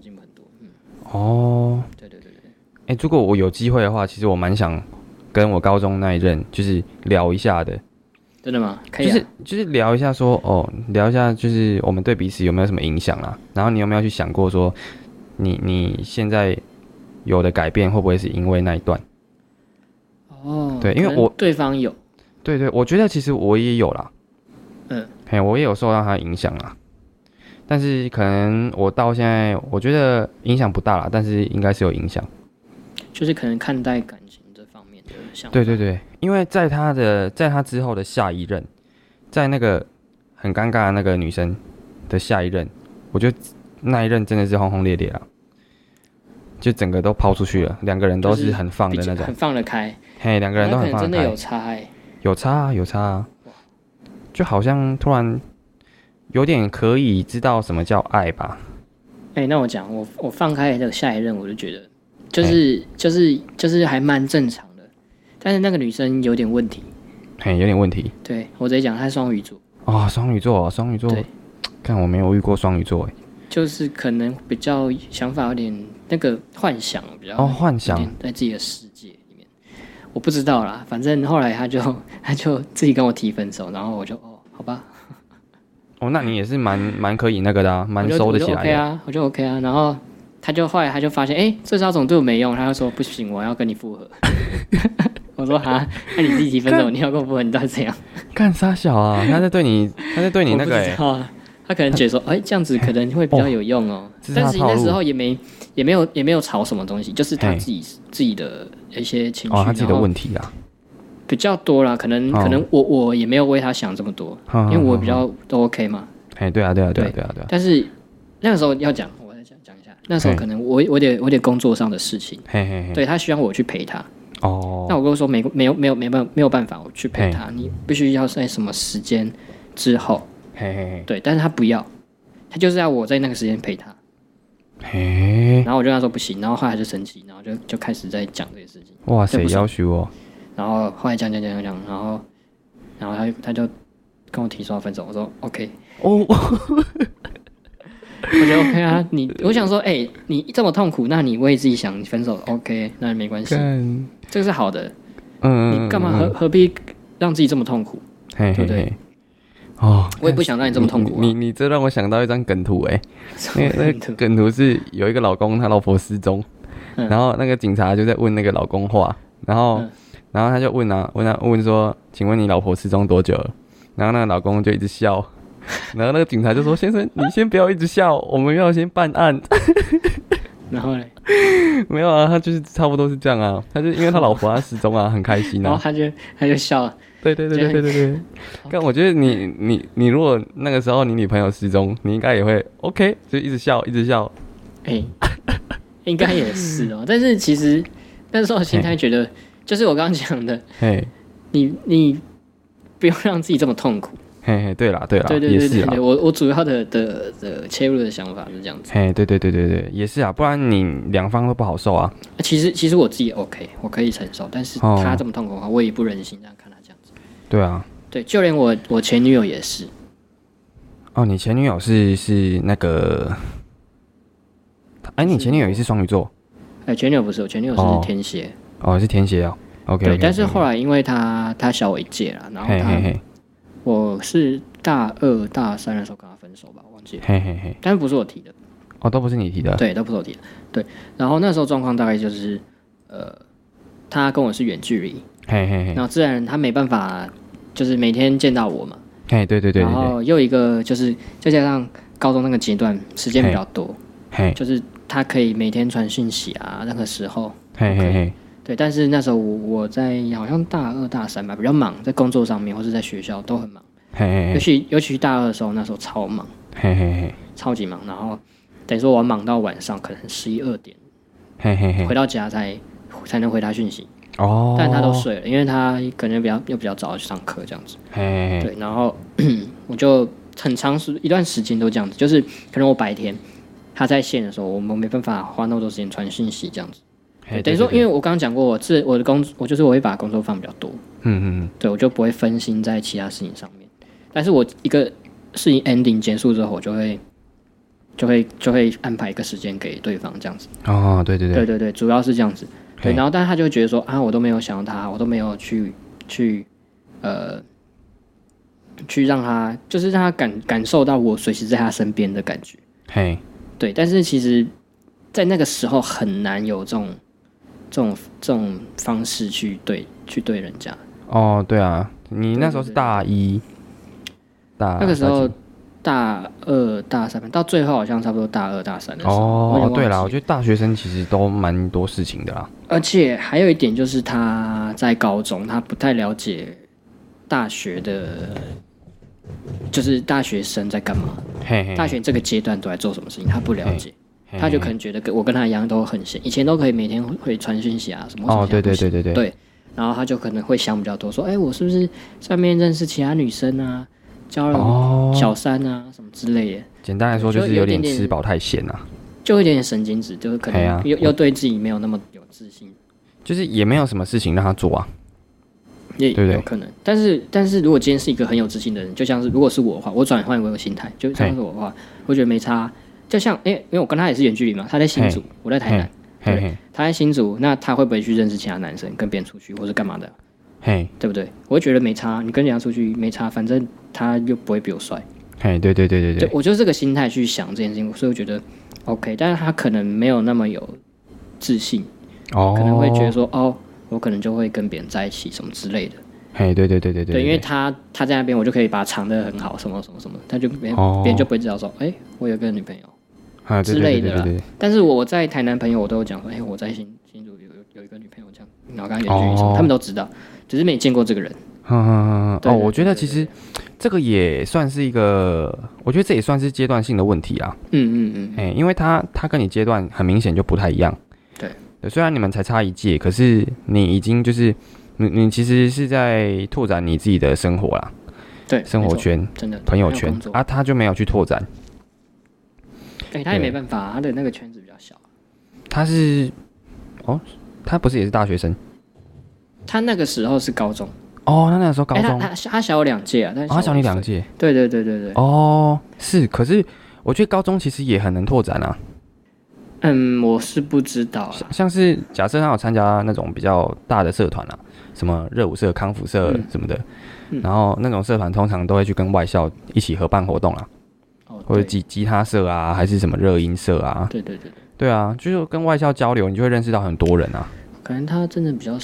对。 如果我有机会的话，其实我蛮想跟我高中那一任就是聊一下的。 真的吗？可以啊。 就是聊一下说聊一下就是我们对彼此有没有什么影响啦？然后你有没有去想过说你现在有的改变会不会是因为那一段？对，因为对方有。 对，我觉得其实我也有啦。我也有受到他的影响啦。但是可能我到现在，我觉得影响不大啦，但是应该是有影响。 就是可能看待感情这方面的想法。 对，因为在他之后的下一任，在那个很尴尬的那个女生的下一任，我觉得那一任真的是轰轰烈烈啊，就整个都抛出去了，两个人都是很放的那种， 很放得开。 两个人都很放得开。 真的有差有差啊，就好像突然有点可以知道什么叫爱吧。 那我讲，我放开的下一任，我就觉得就是还蛮正常的，但是那个女生有点问题。 有点问题。 对，我直接讲，她是双鱼座。 双鱼座。看我没有遇过双鱼座。 就是可能比较想法有点那个幻想比较幻想在自己的世界里面，我不知道啦，反正后来他就自己跟我提分手，然后我就好吧。 那你也是蛮可以那个的啊，蛮收得起来的。 我就 OK 啊，然后后来他就发现这招怎么对我没用，他就说不行，我要跟你复合。我说那你自己提分手，你要跟我复合，你到底怎样？ 干啥小啊？他在对你那个他可能觉得说，这样子可能会比较有用哦。但是那时候也没有吵什么东西，就是他自己的一些情绪， 他自己的问题啊， 比较多啦。可能我也没有为他想这么多，因为我比较都 OK 嘛。 对啊。 但是那个时候要讲，我再讲一下。那时候可能我有点工作上的事情，对他希望我去陪他。那我跟我说没有办法，我去陪他，你必须要在什么时间之后。对，但是他不要，他就是要我在那个时间陪他。然后我就跟他说不行，然后后来他就生气，然后就开始在讲这些事情。 哇塞，要求哦。 然后后来讲，然后他就跟我提说要分手，我说 OK。我觉得 OK 啊，我想说，你这么痛苦，那你为自己想分手 OK， 那没关系，这个是好的。你干嘛何必让自己这么痛苦？对不对？我也不想让你这么痛苦。 你这让我想到一张梗图那梗图是有一个老公他老婆失踪，然后那个警察就在问那个老公话，然后然后他就问说，请问你老婆失踪多久了？然后那个老公就一直笑，然后那个警察就说，先生你先不要一直笑，我们要先办案。 然后嘞， 没有啊，他就是差不多是这样啊，他就因为他老婆他失踪啊，很开心啊， 然后他就笑了。 对。但我觉得你如果那个时候你女朋友失踪，你应该也会 OK， 就一直笑。 应该也是哦。但是其实那时候心态觉得，就是我刚刚讲的，你不用让自己这么痛苦。 对啦， 对， 也是啊。 我主要的切入的想法是这样子。 对，也是啊，不然你两方都不好受啊。 其实我自己 OK， 我可以承受，但是他这么痛苦的话，我也不忍心这样看他这样子。 对啊， 对，就连我前女友也是。 哦，你前女友是那个？你前女友也是双鱼座？ 前女友不是，我前女友是天蝎。 哦，是天蝎哦。OK。 对，但是后来因为他小我一届了，然后我是大2、大3的时候跟他分手吧，忘记了。但是不是我提的。 哦，都不是你提的。 对，都不是我提的。对，然后那时候状况大概就是，他跟我是远距离。然后自然他没办法，就是每天见到我嘛。对。然后又一个就是再加上高中那个阶段时间比较多，就是他可以每天传讯息啊，任何时候。对，但是那时候我在好像大2、大3吧，比较忙，在工作上面或是在学校都很忙。尤其大2的时候，那时候超忙，超级忙。然后等于说我要忙到晚上，可能11、2点，回到家才能回他讯息。哦，但他都睡了，因为他可能比较早去上课这样子。对，然后我就很长一段时间都这样子，就是可能我白天他在线的时候，我们没办法花那么多时间传讯息这样子。等于说，因为我刚刚讲过，我的工作，我会把工作放比较多。对，我就不会分心在其他事情上面。但是我一个事情 ending 结束之后，我就会安排一个时间给对方这样子。哦，对，主要是这样子。对，然后但是他就会觉得说啊，我都没有想到他，我都没有去让他，就是让他感受到我随时在他身边的感觉。对，但是其实，在那个时候很难有这种方式去对人家。哦， 对啊，你那时候是大1， 那个时候大2、大3，到最后好像差不多大2、大3的时候。 哦，对啦，我觉得大学生其实都蛮多事情的啦。 而且还有一点就是他在高中，他不太了解大学的，就是大学生在干嘛，大学这个阶段都在做什么事情，他不了解。他就可能觉得我跟他一样都很闲，以前都可以每天会传讯息啊什么。对，然后他就可能会想比较多，说，我是不是上面认识其他女生啊，交了小三啊什么之类的。 简单来说就是有点吃饱太闲啊， 就有点神经质，就是可能又对自己没有那么有自信， 就是也没有什么事情让他做啊， 也有可能。但是如果今天是一个很有自信的人，就像是如果是我的话，我转换为我心态，就像是我的话，我觉得没差。就像因为我跟他也是远距离嘛，他在新竹，我在台南。对，他在新竹，那他会不会去认识其他男生，跟别人出去，或是干嘛的？对不对？我会觉得没差，你跟人家出去没差，反正他又不会比我帅。对，我就是这个心态去想这件事情，所以我觉得 OK。但是他可能没有那么有自信，可能会觉得说，我可能就会跟别人在一起什么之类的。对，因为他在那边，我就可以把他藏得很好，什么什么什么，他就别人就不会知道说，我有个女朋友。之类的啦，但是我在台南朋友我都有讲说，我在新竹有一个女朋友这样，然后跟他远距离，他们都知道，只是没见过这个人。 我觉得其实这个也算是一个，我觉得这也算是阶段性的问题啊。因为他跟你阶段很明显就不太一样。对，虽然你们才差1届，可是你已经就是你其实是在拓展你自己的生活啦， 对， 生活圈、 真的朋友圈啊，他就没有去拓展。 他也没办法，他的那个圈子比较小。 他是他不是也是大学生？ 他那个时候是高中。 他那个时候高中。 他小我2届啊，但是他小你2届。 对。 是，可是我觉得高中其实也很能拓展啊。 我是不知道啊。 像是假设他有参加那种比较大的社团啊，什么热舞社、康复社什么的，然后那种社团通常都会去跟外校一起合办活动啊。或者吉他社啊，还是什么热音社啊？对啊，就是跟外校交流，你就会认识到很多人啊。 可能他真的比较少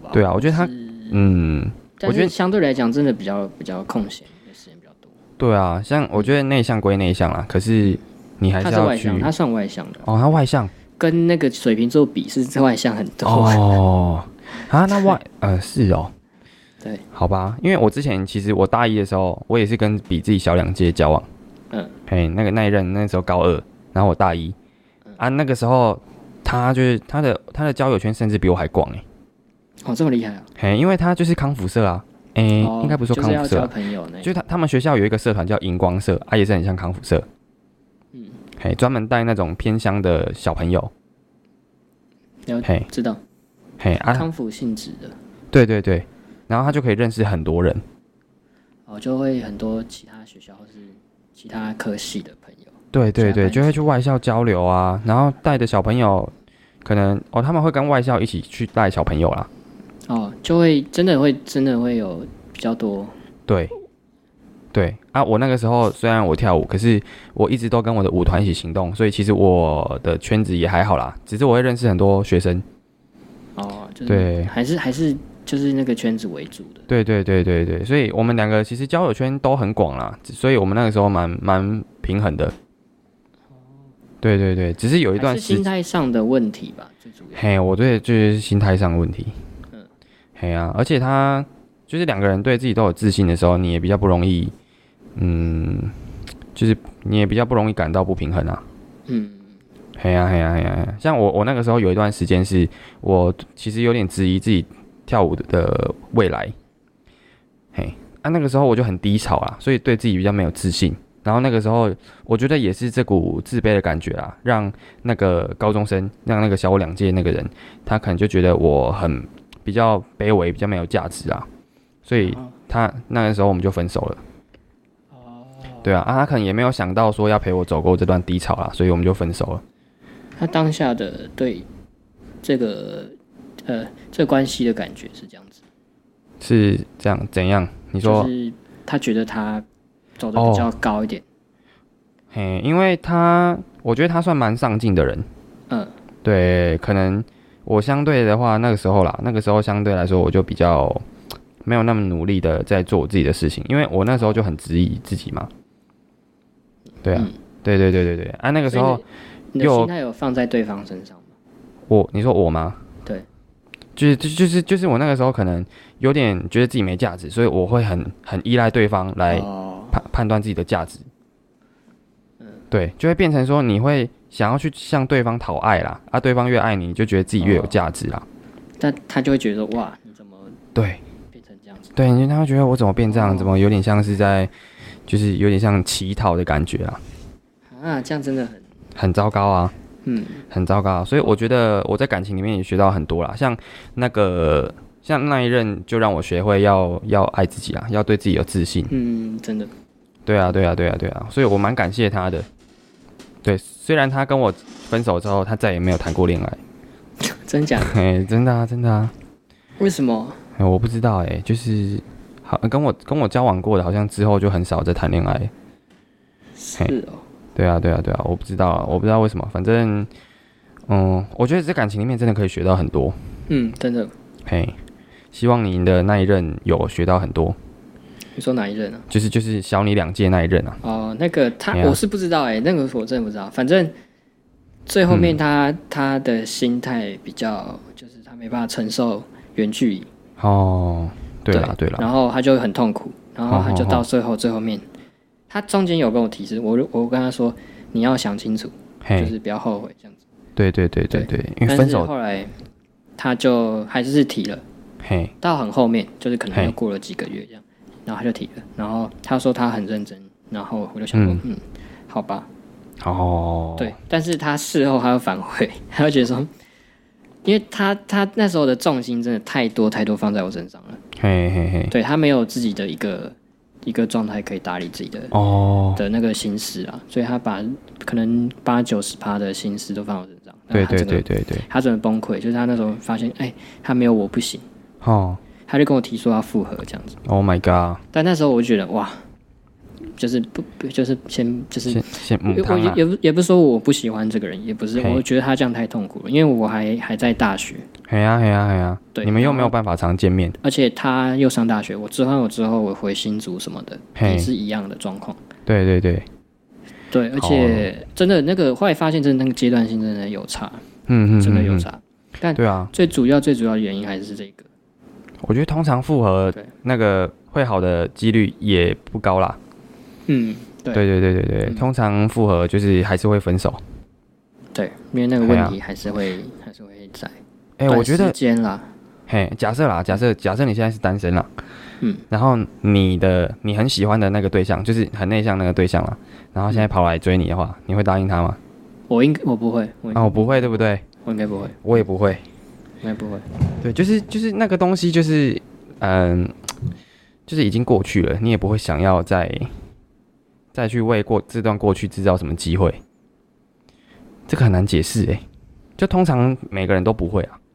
吧。 对啊，我觉得他， 我觉得相对来讲真的比较空闲，时间比较多。 对啊，像我觉得内向归内向啦，可是你还是要去。 他算外向的。 哦，他外向， 跟那个水瓶座比是外向很多。 哦，那是哦。 对， 好吧，因为我之前其实我大一的时候，我也是跟比自己小2届交往。那一任那时候高2，然后我大一。那个时候他就是他的交友圈甚至比我还广哦，这么厉害啊！ 因为他就是康复社啊。应该不是说康复社， 就是要交朋友那。 就是他们学校有一个社团叫荧光社也是很像康复社。专门带那种偏乡的小朋友。 知道。康复性质的。 对对对。然后他就可以认识很多人， 就会很多其他学校或是其他科系的朋友。 对对对，就会去外校交流啊，然后带的小朋友，可能他们会跟外校一起去带小朋友啦。 就会真的会有比较多。 对，对啊，我那个时候虽然我跳舞，可是我一直都跟我的舞团一起行动，所以其实我的圈子也还好啦，只是我会认识很多学生。 就是对， 还是就是那个圈子为主的。 对对对对对，所以我们两个其实交友圈都很广啦，所以我们那个时候蛮平衡的。对对对，只是有一段是心态上的问题吧，最主要。 我对就是心态上的问题。而且他就是两个人对自己都有自信的时候，你也比较不容易，就是你也比较不容易感到不平衡啊。像我那个时候有一段时间是我其实有点质疑自己跳舞的未来。那个时候我就很低潮啦，所以对自己比较没有自信。然后那个时候我觉得也是这股自卑的感觉啦，让那个高中生，让那个小我2届那个人，他可能就觉得我比较卑微，比较没有价值啊，所以他那个时候我们就分手了。对啊，他可能也没有想到说要陪我走过这段低潮啦，所以我们就分手了。 他当下的对这个关系的感觉是这样子， 是这样怎样？你说就是他觉得他走得比较高一点。 因为我觉得他算蛮上进的人。对，可能我相对的话，那个时候相对来说我就比较没有那么努力的在做我自己的事情，因为我那时候就很质疑自己嘛。对啊，对对对对对，那个时候你的心态有放在对方身上吗？ 你说我吗？ 对， 就是我那个时候可能有点觉得自己没价值，所以我会很依赖对方来判断自己的价值。对，就会变成说你会想要去向对方讨爱啦，对方越爱你，你就觉得自己越有价值啦。 但他就会觉得说，哇，你怎么对变成这样子？ 对，他会觉得我怎么变这样，怎么有点像是在，就是有点像乞讨的感觉啊。 这样真的很糟糕啊。很糟糕。所以我觉得我在感情里面也学到很多啦，像那一任就让我学会要爱自己啦，要对自己有自信。 真的。 对啊，所以我蛮感谢他的。对，虽然他跟我分手之后，他再也没有谈过恋爱。 真假的？ 真的啊。为什么？ 我不知道就是跟我交往过的，好像之后就很少再谈恋爱。 是哦。 对啊，我不知道为什么，反正我觉得在感情里面真的可以学到很多。 真的。 希望你的那一任有学到很多。 你说哪一任啊？ 就是小你2届那一任啊。 那个我是不知道那个我真的不知道。反正最后面他的心态比较，就是他没办法承受远距离。对啦。然后他就很痛苦，然后他就到最后面，他中间有跟我提示，我跟他说你要想清楚，就是不要后悔这样子。对，因为分手后来他就还是提了。到很后面，就是可能又过了几个月这样。然后他就提了，然后他说他很认真，然后我就想说，好吧。对，但是他事后他又反悔，他就觉得说，因为他那时候的重心真的太多放在我身上了。对，他没有自己的一个状态可以打理自己的的那个心思啊，所以他把可能80-90%的心思都放在我身上。 对， 他整个崩溃，就是他那时候发现，他没有我不行。他就跟我提说要复合这样子。 Oh my god！ 但那时候我就觉得哇， 就是就是先汤啊， 也不是说我不喜欢这个人，也不是，我觉得他这样太痛苦了，因为我还在大学。 嘿呀，对，你们又没有办法常见面， 而且他又上大学，我之后我回新竹什么的，也是一样的状况。 对， 而且真的那个后来发现，真的那个阶段性真的有差，真的有差。但对啊，最主要的原因还是这个。 我觉得通常复合那个会好的几率也不高啦。对，通常复合就是还是会分手。对， 因为那个问题还是会在。 我觉得时间啦。 假设你现在是单身啦，然后你很喜欢的那个对象，就是很内向那个对象啦，然后现在跑来追你的话，你会答应他吗？ 我不会。 我不会，对不对？ 我应该不会。 我也不会。 应该不会。 对，就是那个东西，就是已经过去了，你也不会想要再去为这段过去制造什么机会。这个很难解释就通常每个人都不会啊。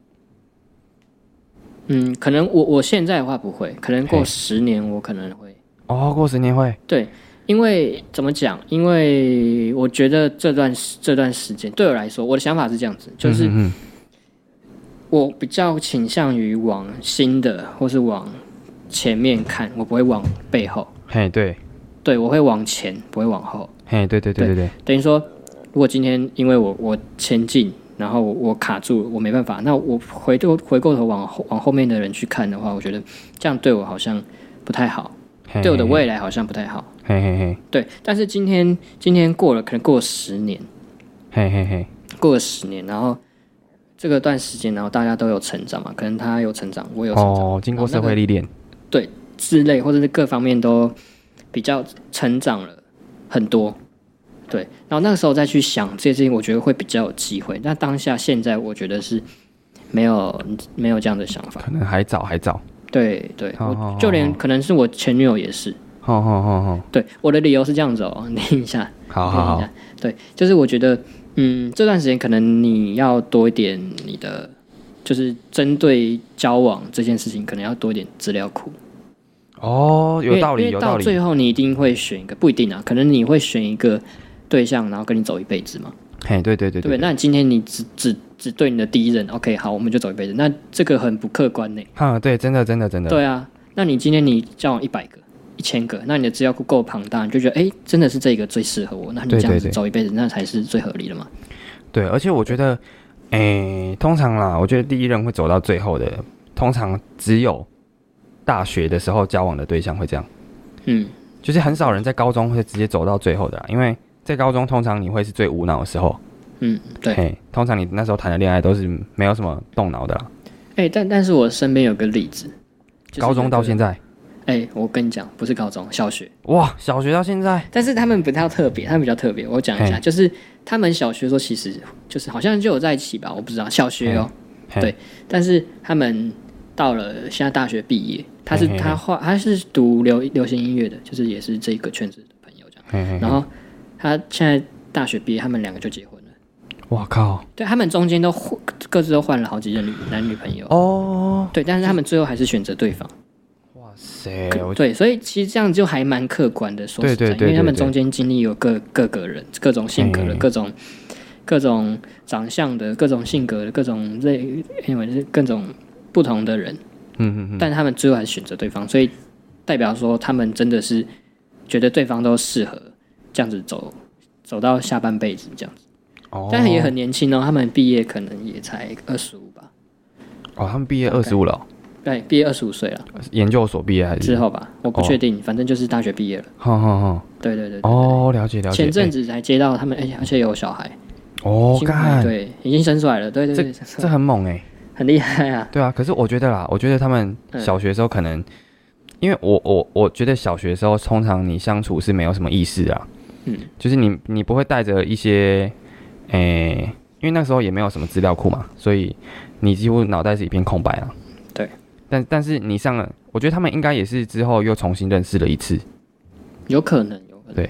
可能我现在的话不会，可能过10年我可能会。 过10年会。 对，因为怎么讲？因为我觉得这段时间对我来说，我的想法是这样子，就是我比较倾向于往新的或是往前面看，我不会往背后。对，我会往前，不会往后。 对。 等于说，如果今天因为我前进，然后我卡住了，我没办法，那我回过头往后面的人去看的话，我觉得这样对我好像不太好，对我的未来好像不太好。对，但是今天可能过了10年，过了10年，然后这个段时间，然后大家都有成长嘛，可能他有成长，我有成长， 经过社会历练， 对之类，或者是各方面都比较成长了很多。对，然后那个时候再去想这些事情，我觉得会比较有机会。那当下现在，我觉得是没有这样的想法， 可能还早。 对，我就连可能是我前女友也是。对，我的理由是这样子听一下。 好。 对，就是我觉得，这段时间可能你要多一点你的，就是针对交往这件事情，可能要多一点资料库。 有道理， 因为到最后你一定会选一个，不一定啊，可能你会选一个对象，然后跟你走一辈子嘛。对，那今天你只对你的第一任 ，OK， 好，我们就走一辈子，那这个很不客观呢。 对，真的。 对啊，那你今天你交往100个、1000个，那你的资料库够庞大，你就觉得真的是这个最适合我，那你这样子走一辈子，那才是最合理的嘛。 对，而且我觉得，通常啦，我觉得第一任会走到最后的，通常只有大学的时候交往的对象会这样。就是很少人在高中会直接走到最后的啦，因为在高中通常你会是最无脑的时候。对。通常你那时候谈的恋爱都是没有什么动脑的啦。 但是我身边有个例子， 高中到现在。 我跟你讲，不是高中，小学。 哇，小学到现在。 但是他们比较特别，我讲一下，就是他们小学的时候其实就是好像就有在一起吧，我不知道小学对，但是他们到了现在大学毕业，他是读流行音乐的，就是也是这个圈子的朋友这样。然后他现在大学毕业，他们2个就结婚了。 哇靠！ 对，他们中间都各自都换了好几任男女朋友。对，但是他们最后还是选择对方。 哇塞！ 对，所以其实这样就还蛮客观的，说实在，因为他们中间经历有各个人、各种性格的、各种长相的、各种性格的、各种各种不同的人。但他们最后还是选择对方，所以代表说他们真的是觉得对方都适合这样子走到下半辈子这样子。但也很年轻他们毕业可能也才25吧。 他们毕业25了。 对，毕业25岁了。 研究所毕业还是之后吧？我不确定，反正就是大学毕业了。对。 了解。 前阵子才接到他们，而且有小孩。 干。 对，已经生出来了。对。 这很猛很厉害啊。 对啊，可是我觉得他们小学的时候可能，因为我觉得小学的时候通常你相处是没有什么意识啊。就是你不会带着一些。因为那时候也没有什么资料库嘛，所以你几乎脑袋是一片空白啊。 对。 但是你上了，我觉得他们应该也是之后又重新认识了一次。 有可能。 对。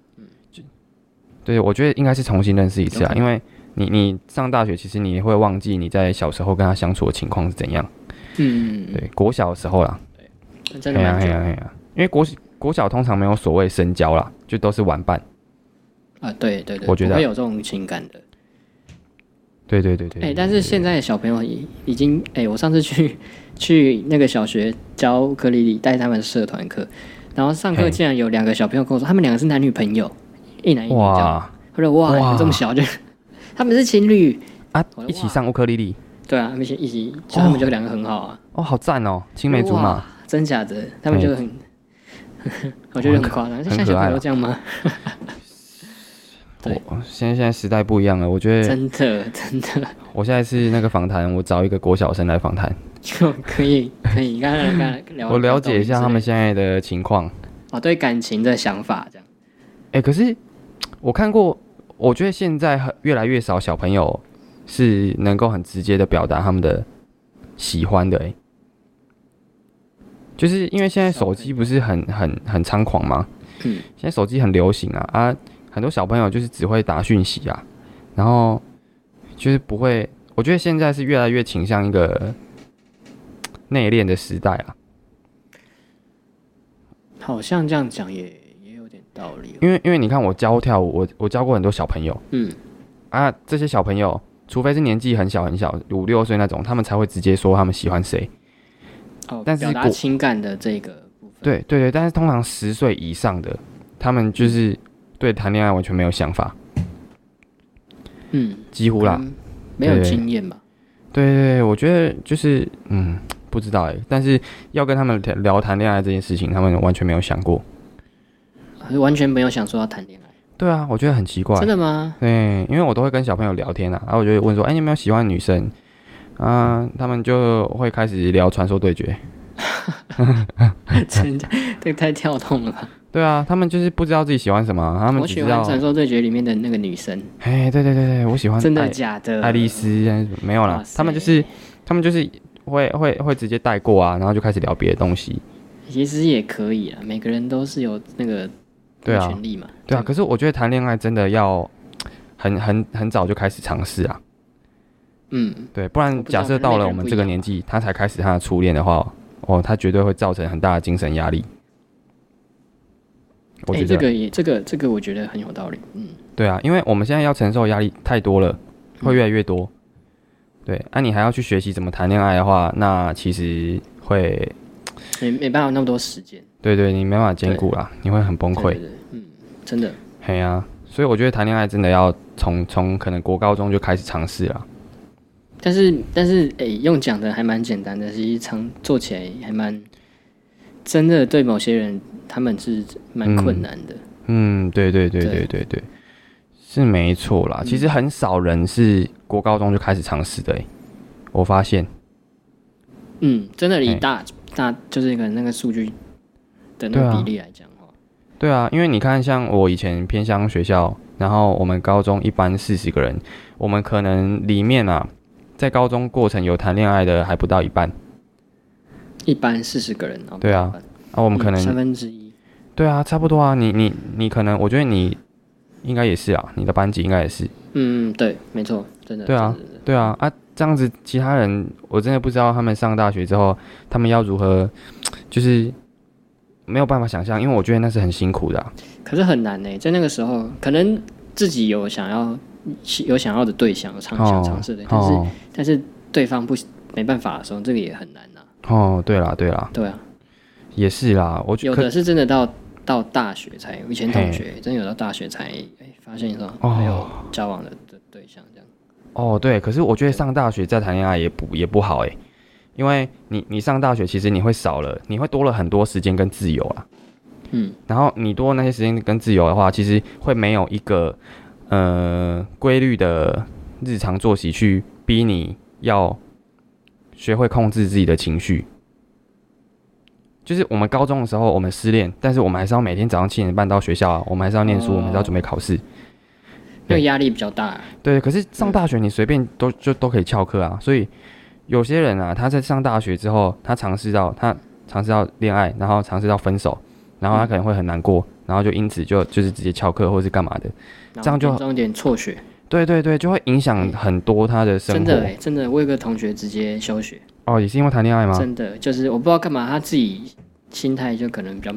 对，我觉得应该是重新认识一次啊，因为你上大学，其实你会忘记你在小时候跟他相处的情况是怎样。对，国小的时候啦。 对。真的蛮久。 因为国小通常没有所谓深交啦，就都是玩伴。 对对对， 我觉得不会有这种情感的。 对。 但是现在的小朋友已经，我上次去那个小学教乌克丽丽，带他们社团课，然后上课竟然有2个小朋友跟我说，他们2个是男女朋友，一男一女这样。我说哇，你们这么小就，他们是情侣啊，一起上乌克丽丽。 对啊，他们一起，就他们就2个很好啊。 好赞哦，青梅竹马。 真假的，他们就很，我觉得很夸张。现在小朋友都这样吗？对， 现在时代不一样了，我觉得真的。 我现在是那个访谈，我找一个国小生来访谈， 就可以，刚才聊， 我了解一下他们现在的情况。 对感情的想法这样。 可是我看过，我觉得现在越来越少小朋友是能够很直接的表达他们的喜欢的。就是因为现在手机不是很猖狂吗？现在手机很流行啊，很多小朋友就是只会打讯息啊，然后就是不会。我觉得现在是越来越倾向一个内敛的时代啊。 好像这样讲也有点道理。 因为你看我教跳舞，我教过很多小朋友，这些小朋友除非是年纪很小很小，5、6岁那种，他们才会直接说他们喜欢谁。但是表达情感的这个部分。 对，但是通常10岁以上的，他们就是对谈恋爱完全没有想法。几乎啦， 没有经验吧？ 对，我觉得就是不知道但是要跟他们聊谈恋爱这件事情，他们完全没有想过， 完全没有想说要谈恋爱。 对啊，我觉得很奇怪。 真的吗？ 对，因为我都会跟小朋友聊天啊，然后我就会问说，你有没有喜欢女生？他们就会开始聊传说对决。 真的，这个太跳动了吧？ 对啊，他们就是不知道自己喜欢什么，他们只知道我喜欢传说对决里面的那个女生。 对，我喜欢。 真的假的？ 爱丽丝没有啦，他们就是会直接带过啊，然后就开始聊别的东西。 其实也可以啊，每个人都是有那个权利嘛。 对啊，可是我觉得谈恋爱真的要很早就开始尝试啊。对，不然假设到了我们这个年纪，他才开始他的初恋的话，他绝对会造成很大的精神压力。我觉得这个我觉得很有道理。 对啊，因为我们现在要承受压力太多了，会越来越多。对，你还要去学习怎么谈恋爱的话，那其实会没办法那么多时间。 对，你没办法兼顾啦，你会很崩溃。 对，真的。 所以我觉得谈恋爱真的要从可能国高中就开始尝试啦。 但是用讲的还蛮简单的，其实做起来还蛮真的，对某些人他们是蛮困难的。 对，是没错啦。其实很少人是国高中就开始尝试的，我发现。 真的以大就是那个数据的那个比例来讲的话， 对啊，因为你看，像我以前偏乡学校，然后我们高中一班40个人，我们可能里面在高中过程有谈恋爱的还不到一半。 一班40个人， 对啊，我们可能 1/3。对啊，差不多啊。你可能，我觉得你应该也是啊，你的班级应该也是。 对，没错，真的。 对啊，这样子其他人我真的不知道他们上大学之后，他们要如何，就是没有办法想象，因为我觉得那是很辛苦的。 可是很难在那个时候，可能自己有想要的对象，想尝试的，但是对方没办法的时候，这个也很难对啦，也是啦。我觉得有的是真的到大学才，以前同学真的有到大学才发现说没有交往的对象这样。 对，可是我觉得上大学再谈恋爱也不好因为你上大学其实你会多了很多时间跟自由啦。然后你多那些时间跟自由的话，其实会没有一个规律的日常作息去逼你要学会控制自己的情绪。就是我们高中的时候，我们失恋，但是我们还是要每天早上7点半到学校我们还是要念书，我们还是要准备考试， 那个压力比较大。 对，可是上大学你随便都可以翘课所以有些人他在上大学之后，他尝试到恋爱，然后尝试到分手，然后他可能会很难过，然后就因此就是直接翘课或是干嘛的，这样就严重一点辍学。 对，就会影响很多他的生活。 真的，我有个同学直接休学。 也是因为谈恋爱吗？ 真的，就是我不知道干嘛，他自己心态就可能比较敏感。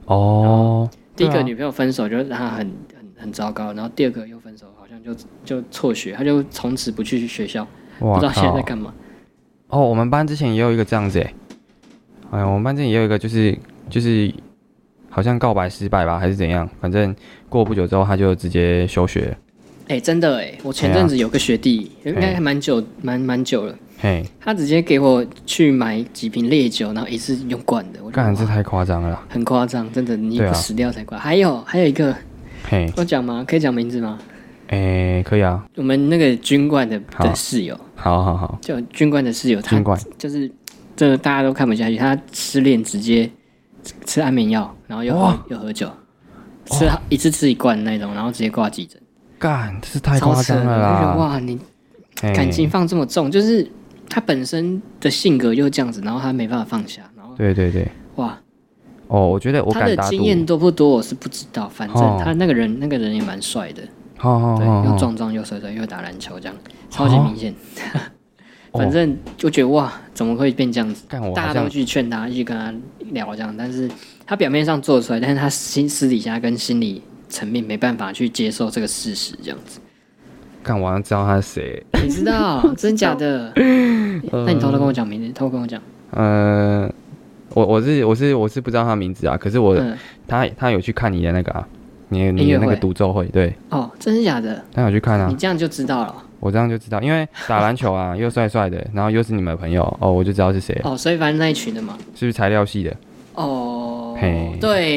哦， 第一个女朋友分手就让他很糟糕，然后第二个又分手，好像就辍学，他就从此不去学校，不知道现在在干嘛。 哦，我们班之前也有一个这样子哎呀，我们班之前也有一个就是好像告白失败吧，还是怎样，反正过不久之后他就直接休学了。 真的我前阵子有个学弟，应该还蛮久了。他直接给我去买几瓶烈酒，然后一次用灌的。我干，这太夸张了啦， 很夸张，真的，你不死掉才怪。还有一个，我讲吗？可以讲名字吗？ 可以啊。 我们那个军官的室友， 好， 就军官的室友，他就是这大家都看不下去，他失恋直接吃安眠药，然后又喝酒，一次吃一罐那种，然后直接挂急诊。干， 这是太夸张了啦！ 我就觉得哇，你感情放这么重，就是他本身的性格又这样子，然后他没办法放下，然后对，哇，我觉得我他的经验多不多我是不知道，反正他那个人也蛮帅的，对，又壮又帅帅，又打篮球这样，超级明显。反正就觉得哇，怎么会变这样子？大家都去劝他，去跟他聊这样，但是他表面上做出来，但是他私底下跟心理层面没办法去接受这个事实，这样子。 干，我好像知道他是谁。 你知道？真假的？那你偷偷跟我讲名字，偷偷跟我讲。 我是不知道他名字啊，可是他有去看你的那个你的那个独奏会，对。哦， 真是假的？ 他有去看啊。 你这样就知道了。 我这样就知道，因为打篮球啊，又帅帅的，然后又是你们的朋友，我就知道是谁。 所以反正那一群的嘛。 是不是材料系的？ 对。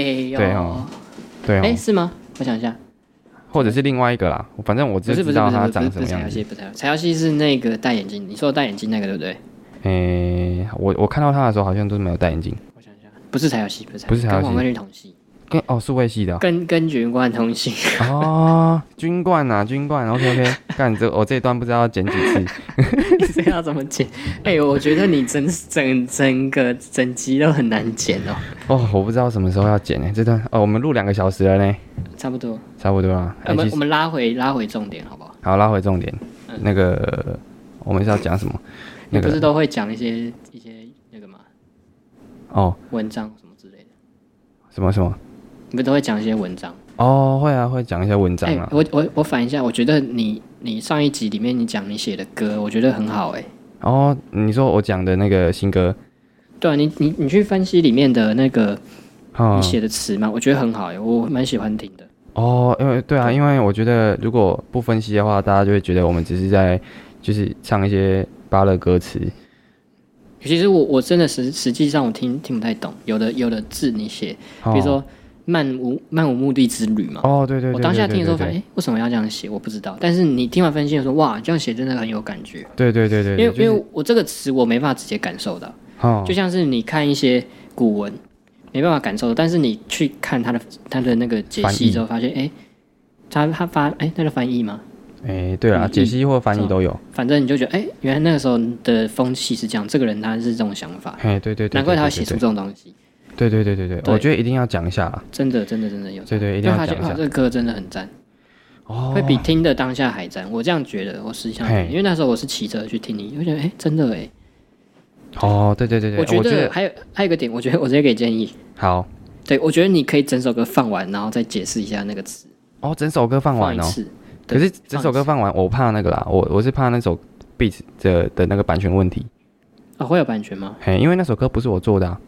对。是吗？我想一下。 或者是另外一个啦，反正我就知道他长什么样子。 不是材料系是那个戴眼镜，你说的戴眼镜那个对不对？我看到他的时候好像都没有戴眼镜。 我想一下，不是材料系， 不是材料系， 跟王冠军同系。 数位系的， 跟军官同系。 军官，OK， 干我这一段不知道要剪几次， 这要怎么剪？我觉得你整集都很难剪哦。 我不知道什么时候要剪这段我们录2个小时了呢。 差不多啊。 我们拉回重点好不好？ 好，拉回重点。那个我们是要讲什么？ 你不是都会讲一些那个吗？文章什么之类的。 什么？ 你们都会讲一些文章会啊，会讲一些文章啊。 我反一下，我觉得你上一集里面你讲你写的歌，我觉得很好你说我讲的那个新歌？ 对啊，你去分析里面的那个你写的词嘛，我觉得很好我蛮喜欢听的。 因为我觉得如果不分析的话，大家就会觉得我们只是在就是唱一些芭乐歌词。 其实我真的实际上我听不太懂，有的字你写，比如说漫无目的之旅嘛。 对。 我当下听的时候发现，为什么要这样写？我不知道。但是你听完分析的时候，哇，这样写真的很有感觉。 对。因为我这个词我没办法直接感受到，就像是你看一些古文，没办法感受到，但是你去看他的那个解析之后，发现他那个翻译吗？ 对啦，解析或翻译都有。 反正你就觉得，原来那个时候的风气是这样，这个人他是这种想法。 对， 难怪他会写出这种东西。 对，我觉得一定要讲一下啦。 真的有。 对，一定要讲一下。 这个歌真的很赞，会比听的当下还赞。我这样觉得，我实际上，因为那时候我是骑车去听你，我觉得真的对。 我觉得还有一个点，我觉得我直接给建议。 好。 对，我觉得你可以整首歌放完，然后再解释一下那个词。 整首歌放完可是整首歌放完，我怕那个啦，我是怕那首 beat 的那个版权问题。 会有版权吗？ 因为那首歌不是我做的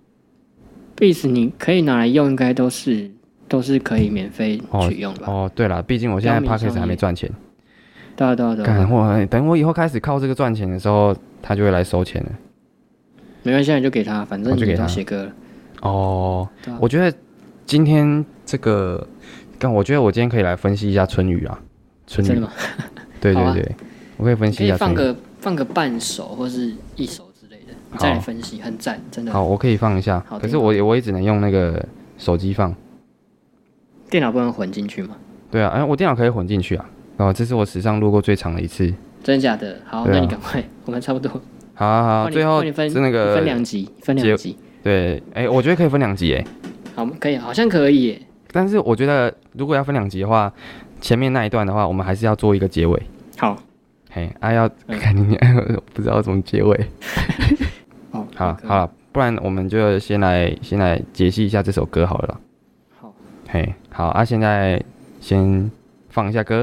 beat 你可以拿来用，应该都是可以免费取用的。 对啦，毕竟我现在 podcast 还没赚钱。 对。 等我以后开始靠这个赚钱的时候，他就会来收钱了。 没关系，你就给他，反正你都写歌了。 我觉得今天这个。我觉得我今天可以来分析一下春雨啊，春雨。 真的吗？ 对，我可以分析一下春雨。 可以放个半首或是1首之类的，你再来分析，很赞，真的。 好，我可以放一下，可是我也只能用那个手机放。 电脑不能混进去吗？ 对啊，我电脑可以混进去啊。这是我史上录过最长的一次。 真的假的？好，那你赶快，我们差不多。 好，最后是那个分2集。 对，我觉得可以分2集好，可以，好像可以但是我觉得，如果要分2集的话，前面那一段的话，我们还是要做一个结尾。 好， 要看你不知道怎么结尾。好了， 不然我们就先来解析一下这首歌好了啦。 好， 嘿，好啊，现在先放一下歌。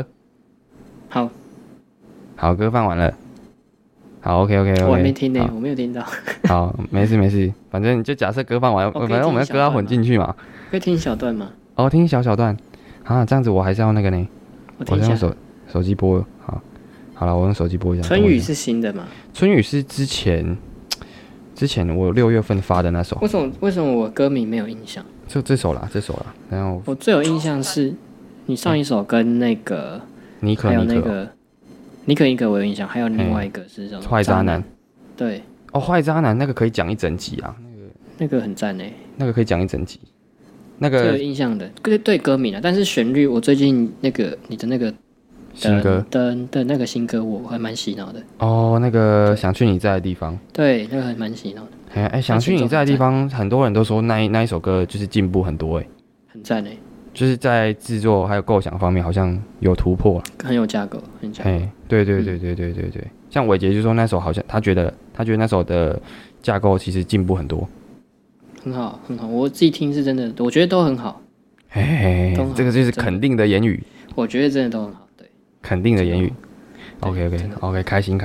好，歌放完了。好 ，OK， 我还没听呢，我没有听到。 好，没事，反正就假设歌放完，反正我们的歌要混进去嘛。 可以听小段吗？ 哦，听小段。啊，这样子我还是要那个呢。我先用手机播。好了，我用手机播一下。 春雨是新的吗？ 春雨是之前我6月份发的那首。 为什么我歌名没有印象？ 这首啦。然后我最有印象是你上一首跟那个还有那个尼可我有印象，还有另外一个是什么？ 坏渣男。 对。 哦，坏渣男那个可以讲一整集啊。 那个很赞诶。 那个可以讲一整集。那个最有印象的对歌名啊，但是旋律我最近那个你的那个新歌的那个新歌我还蛮洗脑的。 哦，那个想去你在的地方。 对，那个还蛮洗脑的。 想去你在的地方，很多人都说那一首歌就是进步很多很赞诶。 就是在制作还有构想方面好像有突破， 很有架构，很架构。 对，像伟杰就说那首好像他觉得那首的架构其实进步很多， 很好，我自己听是真的，我觉得都很好。 这个就是肯定的言语， 我觉得真的都很好，对， 肯定的言语。OK， 开心，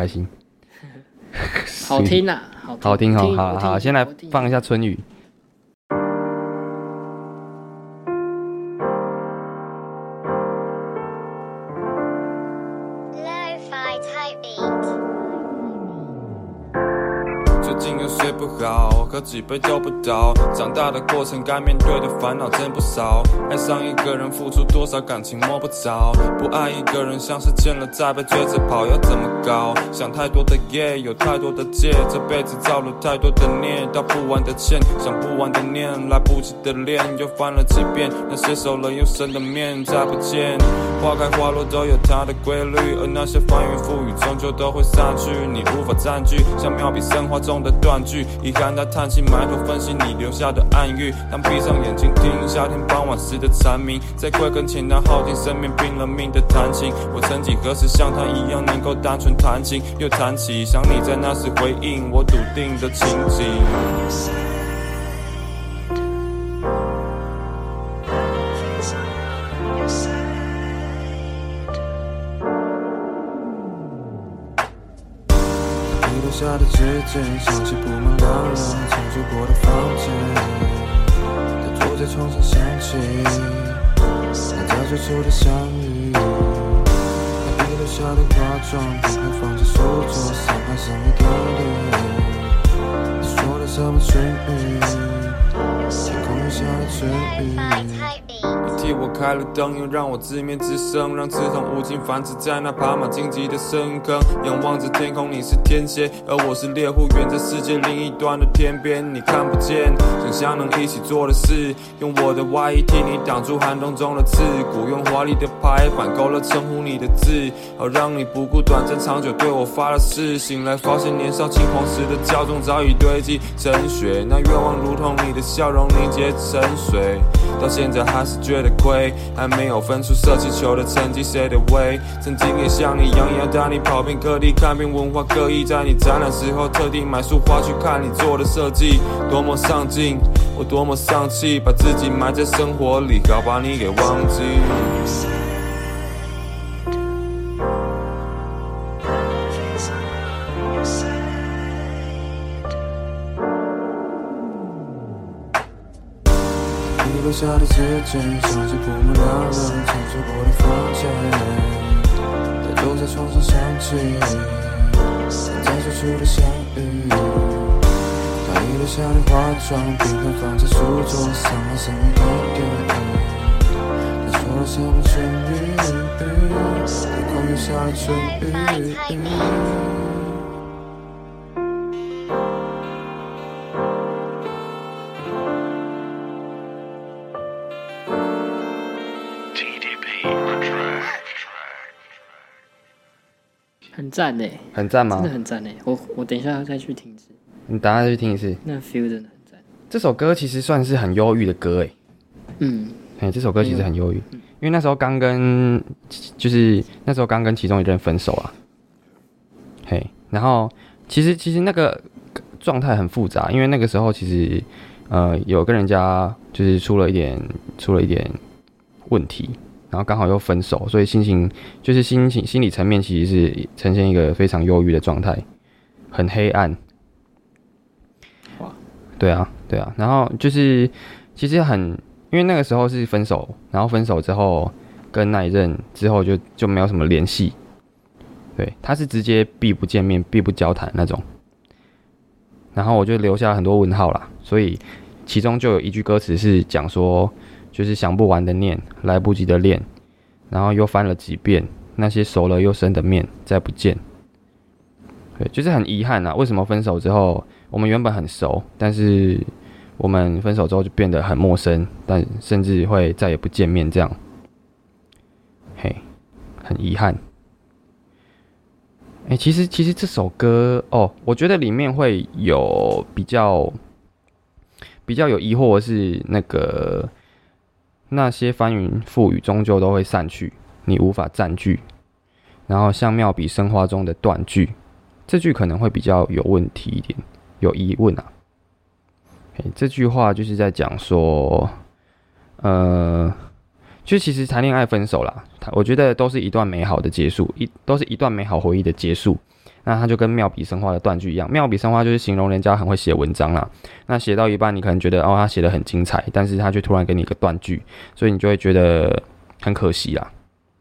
好听啊， 好听哦，好，先来放一下春雨。 睡不好，喝几杯都不倒。长大的过程，该面对的烦恼真不少。爱上一个人，付出多少感情摸不着。不爱一个人，像是见了再被追着跑，要怎么搞？想太多的夜，有太多的戒，这辈子造了太多的孽，道不完的歉，想不完的念，来不及的恋，又翻了几遍。那些熟了又生的面，再不见。花开花落都有它的规律，而那些翻云覆雨，终究都会散去。你无法占据，像妙笔生花中的断句。遗憾他叹息，埋头分析你留下的暗喻。当闭上眼睛听夏天傍晚时的蝉鸣，在归根前他耗尽生命拼了命的弹琴。我曾几何时像他一样能够单纯弹琴，又弹起想你在那时回应我笃定的情景。下的指尖，想起布满浪浪曾住过的房间。他坐在床上想起那早最初的相遇。他遗留下的化妆品还放在书桌上，还剩一点点。他说了什么春雨，天空又下了春雨。你替我开了灯，又让我自眠自生，让刺痛无尽繁殖在那爬满荆棘的深坑。仰望着天空，你是天蝎，而我是猎户，远在世界另一端的天边。你看不见，想象能一起做的事，用我的外衣替你挡住寒冬中的刺骨，用华丽的排版勾勒称呼你的字，好让你不顾短暂长久对我发了誓。醒来发现年少轻狂时的骄纵早已堆积成雪，那愿望如同你的笑容凝结成水，到现在还是觉得亏，还没有分出射气球的成绩谁的威。曾经也像你一样要带你跑遍各地看遍文化各异，在你展览时候特地买束花去看你做的设计，多么上进，我多么丧气，把自己埋在生活里，好把你给忘记。留下的指尖，像是布满浪浪曾住过的房间。他坐在床上想起在最初的相遇。他遗留下的化妆品还放在书桌上，还剩一点点。他说了什么春雨，天空又下了春雨。 很赞诶， 很赞吗？ 真的很赞诶，我等一下再去听一次。 你等一下再去听一次。 那 feel 真的很赞。 这首歌其实算是很忧郁的歌诶。这首歌其实很忧郁，因为那时候刚跟其中一个人分手啊。然后其实那个状态很复杂，因为那个时候其实有跟人家就是出了一点问题，然后刚好又分手，所以心理层面其实是呈现一个非常忧郁的状态，很黑暗。哇，对啊，然后就是其实因为那个时候是分手，然后分手之后跟那一任之后就没有什么联系，对，他是直接避不见面、避不交谈那种，然后我就留下很多问号啦，所以其中就有一句歌词是讲说，就是想不完的念，来不及的练，然后又翻了几遍那些熟了又生的面，再不见。对，就是很遗憾啊，为什么分手之后，我们原本很熟，但是我们分手之后就变得很陌生，但甚至会再也不见面这样。嘿，很遗憾。其实这首歌我觉得里面会有比较有疑惑的是那些翻云覆雨终究都会散去，你无法占据，然后像妙笔生花中的断句，这句可能会比较有问题一点，有疑问啊。这句话就是在讲说，就其实谈恋爱分手啦，我觉得都是一段美好的结束，都是一段美好回忆的结束。那它就跟妙笔生花的断句一样，妙笔生花就是形容人家很会写文章啦。那写到一半，你可能觉得他写得很精彩，但是他却突然给你一个断句，所以你就会觉得很可惜啦。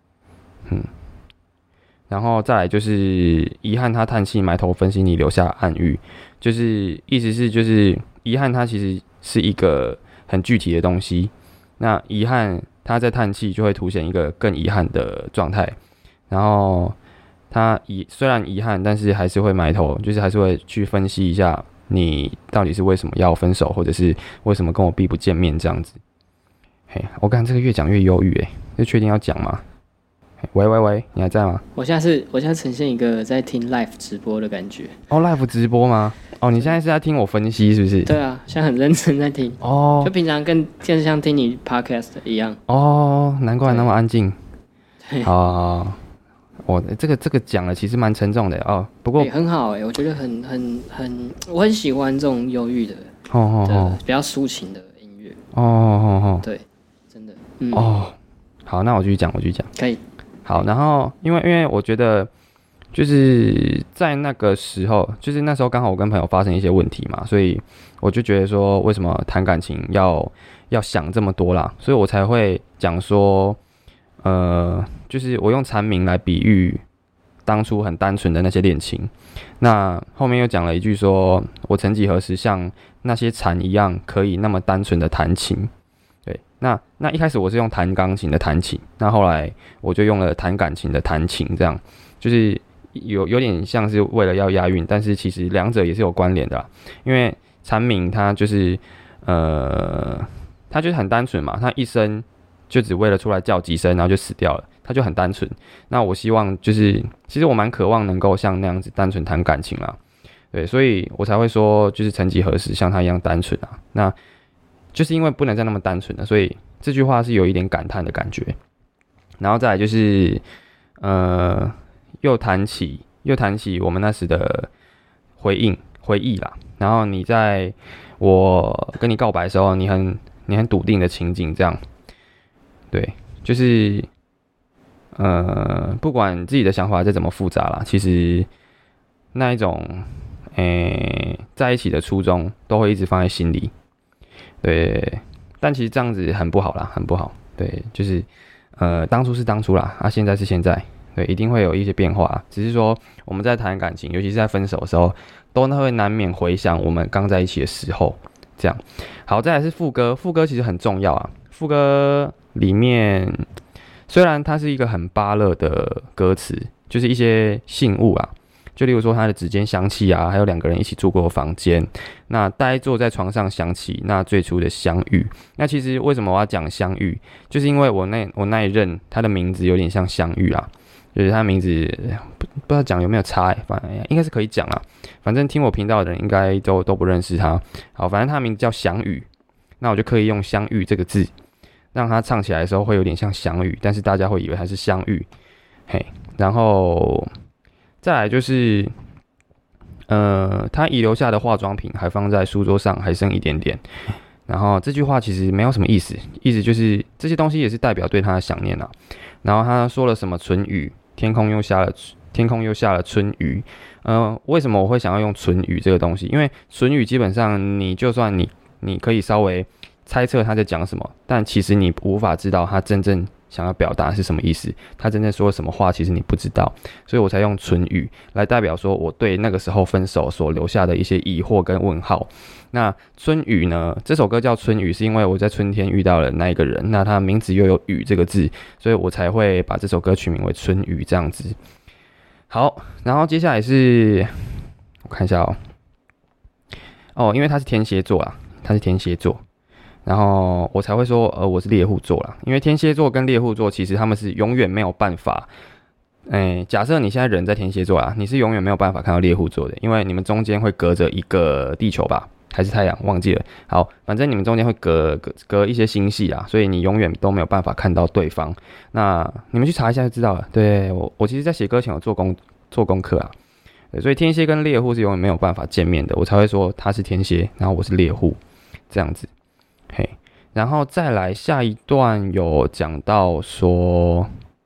然后再来就是遗憾，他叹气埋头分析你留下暗喻，就是意思是就是遗憾，它其实是一个很具体的东西。那遗憾，他在叹气就会凸显一个更遗憾的状态。然后他虽然遗憾，但是还是会埋头，就是还是会去分析一下你到底是为什么要分手，或者是为什么跟我避不见面这样子。我看这个越讲越忧郁这确定要讲吗？喂，你还在吗？ 我现在呈现一个在听 live 直播的感觉。 live 直播吗？你现在是在听我分析是不是？ 对啊，现在很认真在听。就平常就是像听你 podcast 一样。 难怪那么安静。好，这个讲了其实蛮沉重的不过很好我觉得我很喜欢这种忧郁的，比较抒情的音乐。对，真的。 好，那我继续讲。 可以。 好，然后因为我觉得就是在那个时候，就是那时候刚好我跟朋友发生一些问题嘛，所以我就觉得说，为什么谈感情要想这么多啦，所以我才会讲说，就是我用蝉鸣来比喻当初很单纯的那些恋情。那后面又讲了一句说，我曾几何时像那些蝉一样，可以那么单纯的弹琴。对，那一开始我是用弹钢琴的弹琴，那后来我就用了弹感情的弹琴，这样就是有点像是为了要押韵，但是其实两者也是有关联的啦。因为蝉鸣它就是它就是很单纯嘛，它一生就只为了出来叫几声，然后就死掉了，它就很单纯。那我希望就是其实我蛮渴望能够像那样子单纯谈感情啦，对，所以我才会说就是曾几何时像它一样单纯啊。那就是因为不能再那么单纯了，所以这句话是有一点感叹的感觉。然后再来就是又谈起我们那时的回忆啦。然后你在我跟你告白的时候，你很笃定的情景，这样，对，就是不管自己的想法再怎么复杂啦，其实那一种在一起的初衷都会一直放在心里。对，但其实这样子很不好啦，很不好。对，就是当初是当初啦，现在是现在，对，一定会有一些变化。只是说我们在谈感情，尤其是在分手的时候，都会难免回想我们刚在一起的时候。这样，好，再来是副歌，副歌其实很重要啊。副歌里面虽然它是一个很芭乐的歌词，就是一些信物啊。就例如说他的指尖香气啊，还有两个人一起住过的房间，那呆坐在床上想起那最初的相遇。那其实为什么我要讲相遇，就是因为我那一任他的名字有点像相遇啊，就是他的名字不知道讲有没有差反正应该是可以讲啦。反正听我频道的人应该都不认识他。好，反正他的名字叫翔宇，那我就刻意用相遇这个字，让他唱起来的时候会有点像翔宇，但是大家会以为他是相遇。然后再来就是， 他遗留下的化妆品还放在书桌上，还剩一点点。然后这句话其实没有什么意思，意思就是这些东西也是代表对他的想念啊。然后他说了什么春雨，天空又下了春雨。为什么我会想要用春雨这个东西？因为春雨基本上你就算你可以稍微猜测他在讲什么，但其实你无法知道他真正想要表达是什么意思，他真正说了什么话，其实你不知道，所以我才用春雨来代表说我对那个时候分手所留下的一些疑惑跟问号。那春雨呢？这首歌叫春雨，是因为我在春天遇到了那一个人，那他名字又有雨这个字，所以我才会把这首歌取名为春雨这样子。好，然后接下来是我看一下因为他是天蝎座啦，然后我才会说我是猎户座啦，因为天蝎座跟猎户座其实他们是永远没有办法，假设你现在人在天蝎座啦，你是永远没有办法看到猎户座的，因为你们中间会隔着一个地球吧，还是太阳忘记了。好，反正你们中间会隔一些星系啊，所以你永远都没有办法看到对方。那你们去查一下就知道了。对，我其实在写歌前有做功课啊，对，所以天蝎跟猎户是永远没有办法见面的，我才会说他是天蝎，然后我是猎户这样子。嘿，然后再来下一段有讲到说，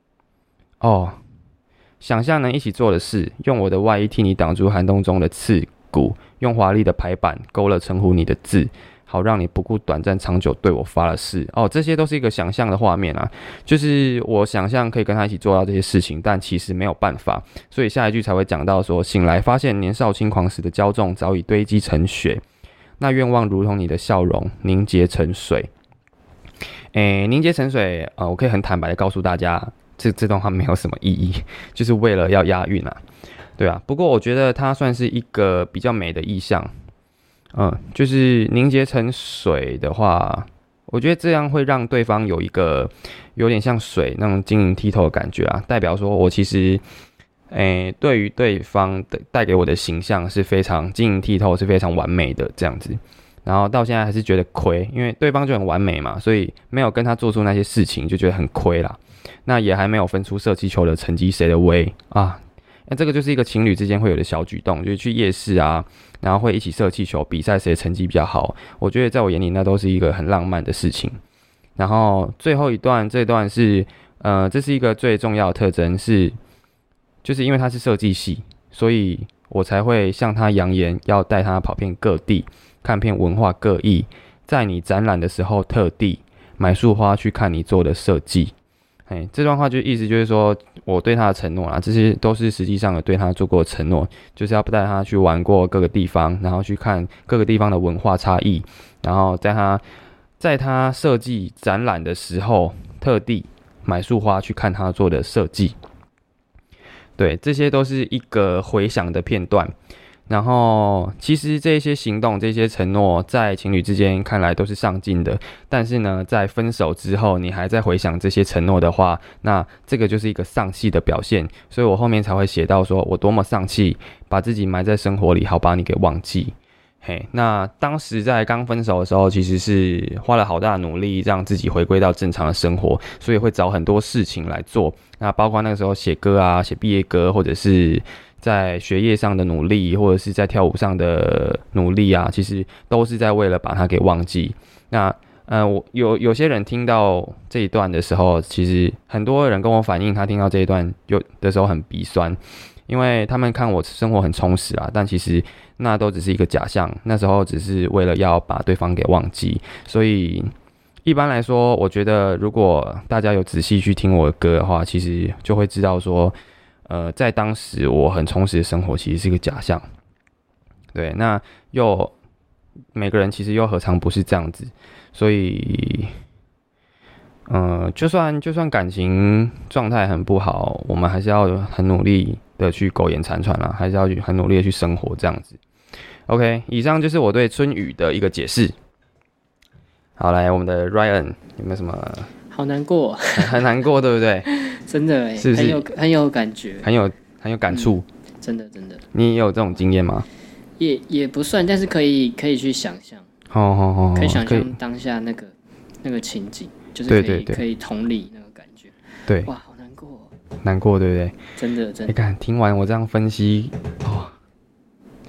想象能一起做的事，用我的外衣替你挡住寒冬中的刺骨，用华丽的排版勾勒称呼你的字，好让你不顾短暂长久对我发了誓。这些都是一个想象的画面啊，就是我想象可以跟他一起做到这些事情，但其实没有办法，所以下一句才会讲到说，醒来发现年少轻狂时的骄纵早已堆积成雪，那愿望如同你的笑容凝结成水。凝结成水，我可以很坦白的告诉大家，这段话没有什么意义，就是为了要押韵啊，对啊。不过我觉得它算是一个比较美的意象，就是凝结成水的话，我觉得这样会让对方有一个有点像水那种晶莹剔透的感觉啊，代表说我其实，对于对方带给我的形象是非常晶莹剔透，是非常完美的这样子。然后到现在还是觉得亏，因为对方就很完美嘛，所以没有跟他做出那些事情，就觉得很亏啦。那也还没有分出射气球的成绩谁的威啊？那这个就是一个情侣之间会有的小举动，就是去夜市啊，然后会一起射气球，比赛谁的成绩比较好。我觉得在我眼里，那都是一个很浪漫的事情。然后最后一段，这段是这是一个最重要的特征是，就是因为他是设计系，所以我才会向他扬言要带他跑遍各地。看遍文化各异，在你展览的时候特地买束花去看你做的设计。这段话就意思就是说我对他的承诺啦，这些都是实际上有对他做过的承诺，就是要带他去玩过各个地方，然后去看各个地方的文化差异，然后在他设计展览的时候特地买束花去看他做的设计。对，这些都是一个回想的片段。然后其实这些行动这些承诺在情侣之间看来都是上进的，但是呢在分手之后你还在回想这些承诺的话，那这个就是一个丧气的表现，所以我后面才会写到说我多么丧气，把自己埋在生活里，好把你给忘记。那当时在刚分手的时候其实是花了好大的努力让自己回归到正常的生活，所以会找很多事情来做，那包括那个时候写歌啊，写毕业歌，或者是在学业上的努力，或者是在跳舞上的努力啊，其实都是在为了把它给忘记。那我有些人听到这一段的时候，其实很多人跟我反映他听到这一段有的时候很鼻酸，因为他们看我生活很充实啊，但其实那都只是一个假象，那时候只是为了要把对方给忘记。所以一般来说，我觉得如果大家有仔细去听我的歌的话，其实就会知道说在当时我很充实的生活其实是一个假象。对，那又每个人其实又何尝不是这样子，所以就算感情状态很不好，我们还是要很努力的去苟延残喘啦，还是要很努力的去生活这样子。OK， 以上就是我对春雨的一个解释。好，来我们的 Ryan 有没有什么？ 好难过， 很难过，对不对？ 真的耶，是不是很有感觉， 很有感触、 真的。 你也有这种经验吗？ 也不算，但是可以去想象，可以想象当下那个情景，就是可以同理那个感觉。 对， 哇，好难过， 难过，对不对？ 真的。 你看，听完我这样分析，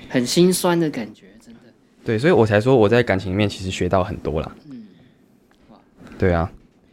很心酸的感觉，真的。 对，所以我才说我在感情里面其实学到很多啦。哇。对啊，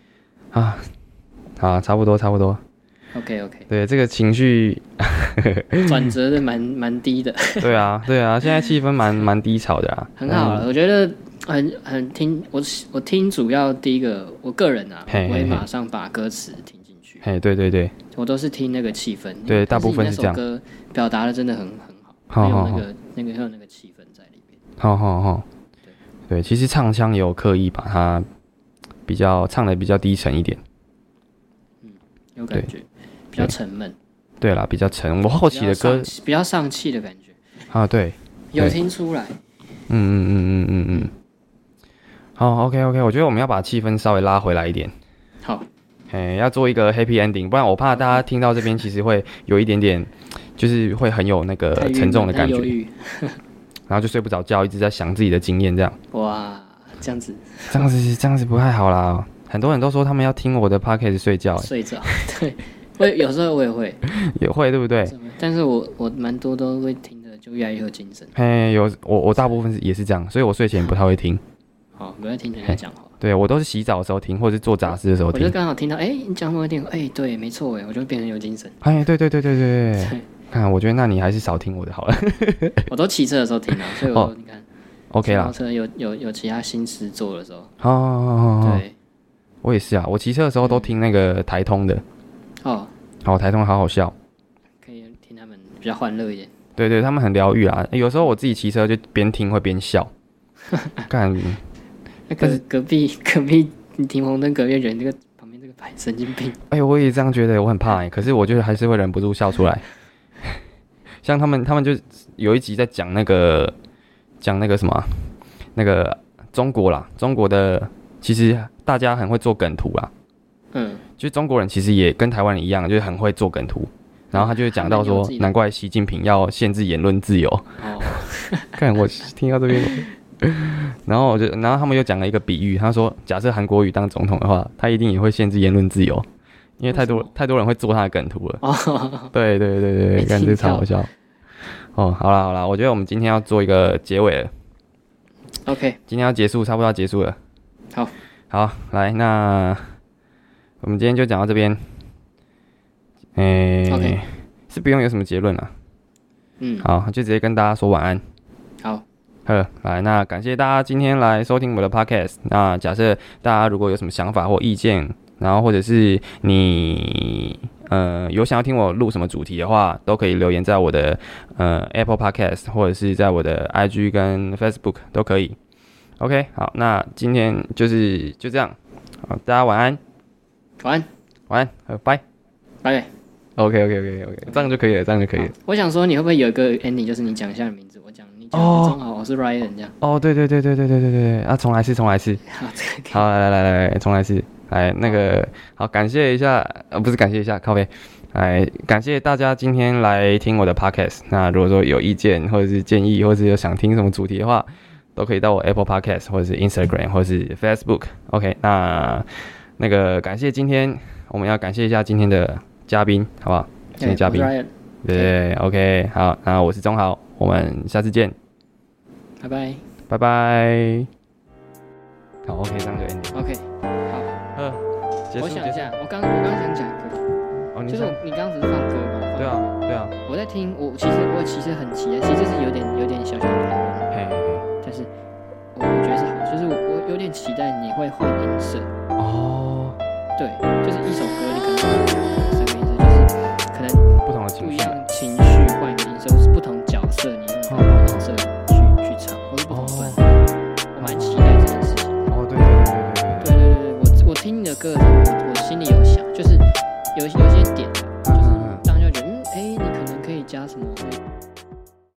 好，差不多。 OK。 对，这个情绪转折的蛮低的。 对啊，现在气氛蛮低潮的啊。 很好了，我觉得很听我听主要第一个，我个人啊，我会马上把歌词听进去。 对， 我都是听那个气氛。 对，大部分是这样。 那首歌表达的真的很好，有那个气氛在里面。 好。对，其实唱腔也有刻意把它唱的比较低沉一点。 有感觉。比较沉闷， 对啦，比较沉。我后期的歌比较上气的感觉啊，对， 有听出来。 好 ，OK， 我觉得我们要把气氛稍微拉回来一点。 好， 要做一个 happy ending， 不然我怕大家听到这边其实会有一点点，就是会很有那个沉重的感觉，然后就睡不着觉，一直在想自己的经验这样。 哇，这样子不太好啦。很多人都说他们要听我的 podcast 睡觉， 睡着，对，有时候我也会， 对不对？ 但是我蛮多都会听的，就越来越有精神。 我大部分也是这样，所以我睡前不太会听。 好，不要听人家讲话。 对，我都是洗澡的时候听，或者是做杂事的时候听。 我就刚好听到，你讲某一点，对，没错，我就会变得有精神。 对。看，我觉得那你还是少听我的好了。 我都骑车的时候听啊，所以你看 ，OK 啦。 车有其他心事做的时候。 对，我也是啊，我骑车的时候都听那个台通的。台通好笑， 可以听他们比较欢乐一点。 对，他们很疗愈啊。有时候我自己骑车就边听会边笑。干， 但是隔壁你停红灯，隔壁人这个旁边这个牌神经病。 我也这样觉得，我很怕可是我觉得还是会忍不住笑出来。像他们就有一集在讲那个什么，那个中国啦，中国的其实大家很会做梗图啦。就中国人其实也跟台湾人一样，就是很会做梗图。然后他就讲到说，难怪习近平要限制言论自由。看我听到这边，然后他们又讲了一个比喻，他说，假设韩国瑜当总统的话，他一定也会限制言论自由，因为太多人会做他的梗图了。对，感觉超好笑。好啦，我觉得我们今天要做一个结尾了。 OK， 今天要结束，差不多要结束了。好，来，那我们今天就讲到这边。 OK， 是不用有什么结论啦。好，就直接跟大家说晚安。 好， 来，那感谢大家今天来收听我的 podcast。那假设大家如果有什么想法或意见，然后或者是你有想要听我录什么主题的话，都可以留言在我的Apple Podcast 或者是在我的 IG 跟 Facebook 都可以。OK， 好，那今天就这样。好，大家晚安。 晚安，拜。OK， 这样就可以了， 我想说，你会不会有一个 ending， 就是你讲一下你的名字，你讲中好，我是 Ryan 这样。 对，啊，重来一次。好，来，重来一次。来，那个，好，感谢一下，不是感谢一下，靠北。来，感谢大家今天来听我的 podcast。那如果说有意见或者是建议，或者是有想听什么主题的话，都可以到我 Apple Podcast 或者是 Instagram 或者是 Facebook。OK， 那个感谢我们要感谢一下今天的嘉宾，好不好？今天嘉宾，对 ，OK， 好，那我是钟豪，我们下次见， 拜拜。 好 ，OK， 这样就 ending。 OK， 好，我想一下，我刚想讲歌，就是你刚刚只是放歌嘛？ 对啊。 我在听，我其实很期待，其实是有点小小的讨论，但是我觉得是好，就是我有点期待你会换音色。对，就是一首歌，你可能3个音色，就是可能不同的情绪， 不一样情绪换一个音色，或是不同角色你用不同音色去唱，或是不同段。我蛮期待这件事情。 对， 我听你的歌的时候，我心里有想，就是有些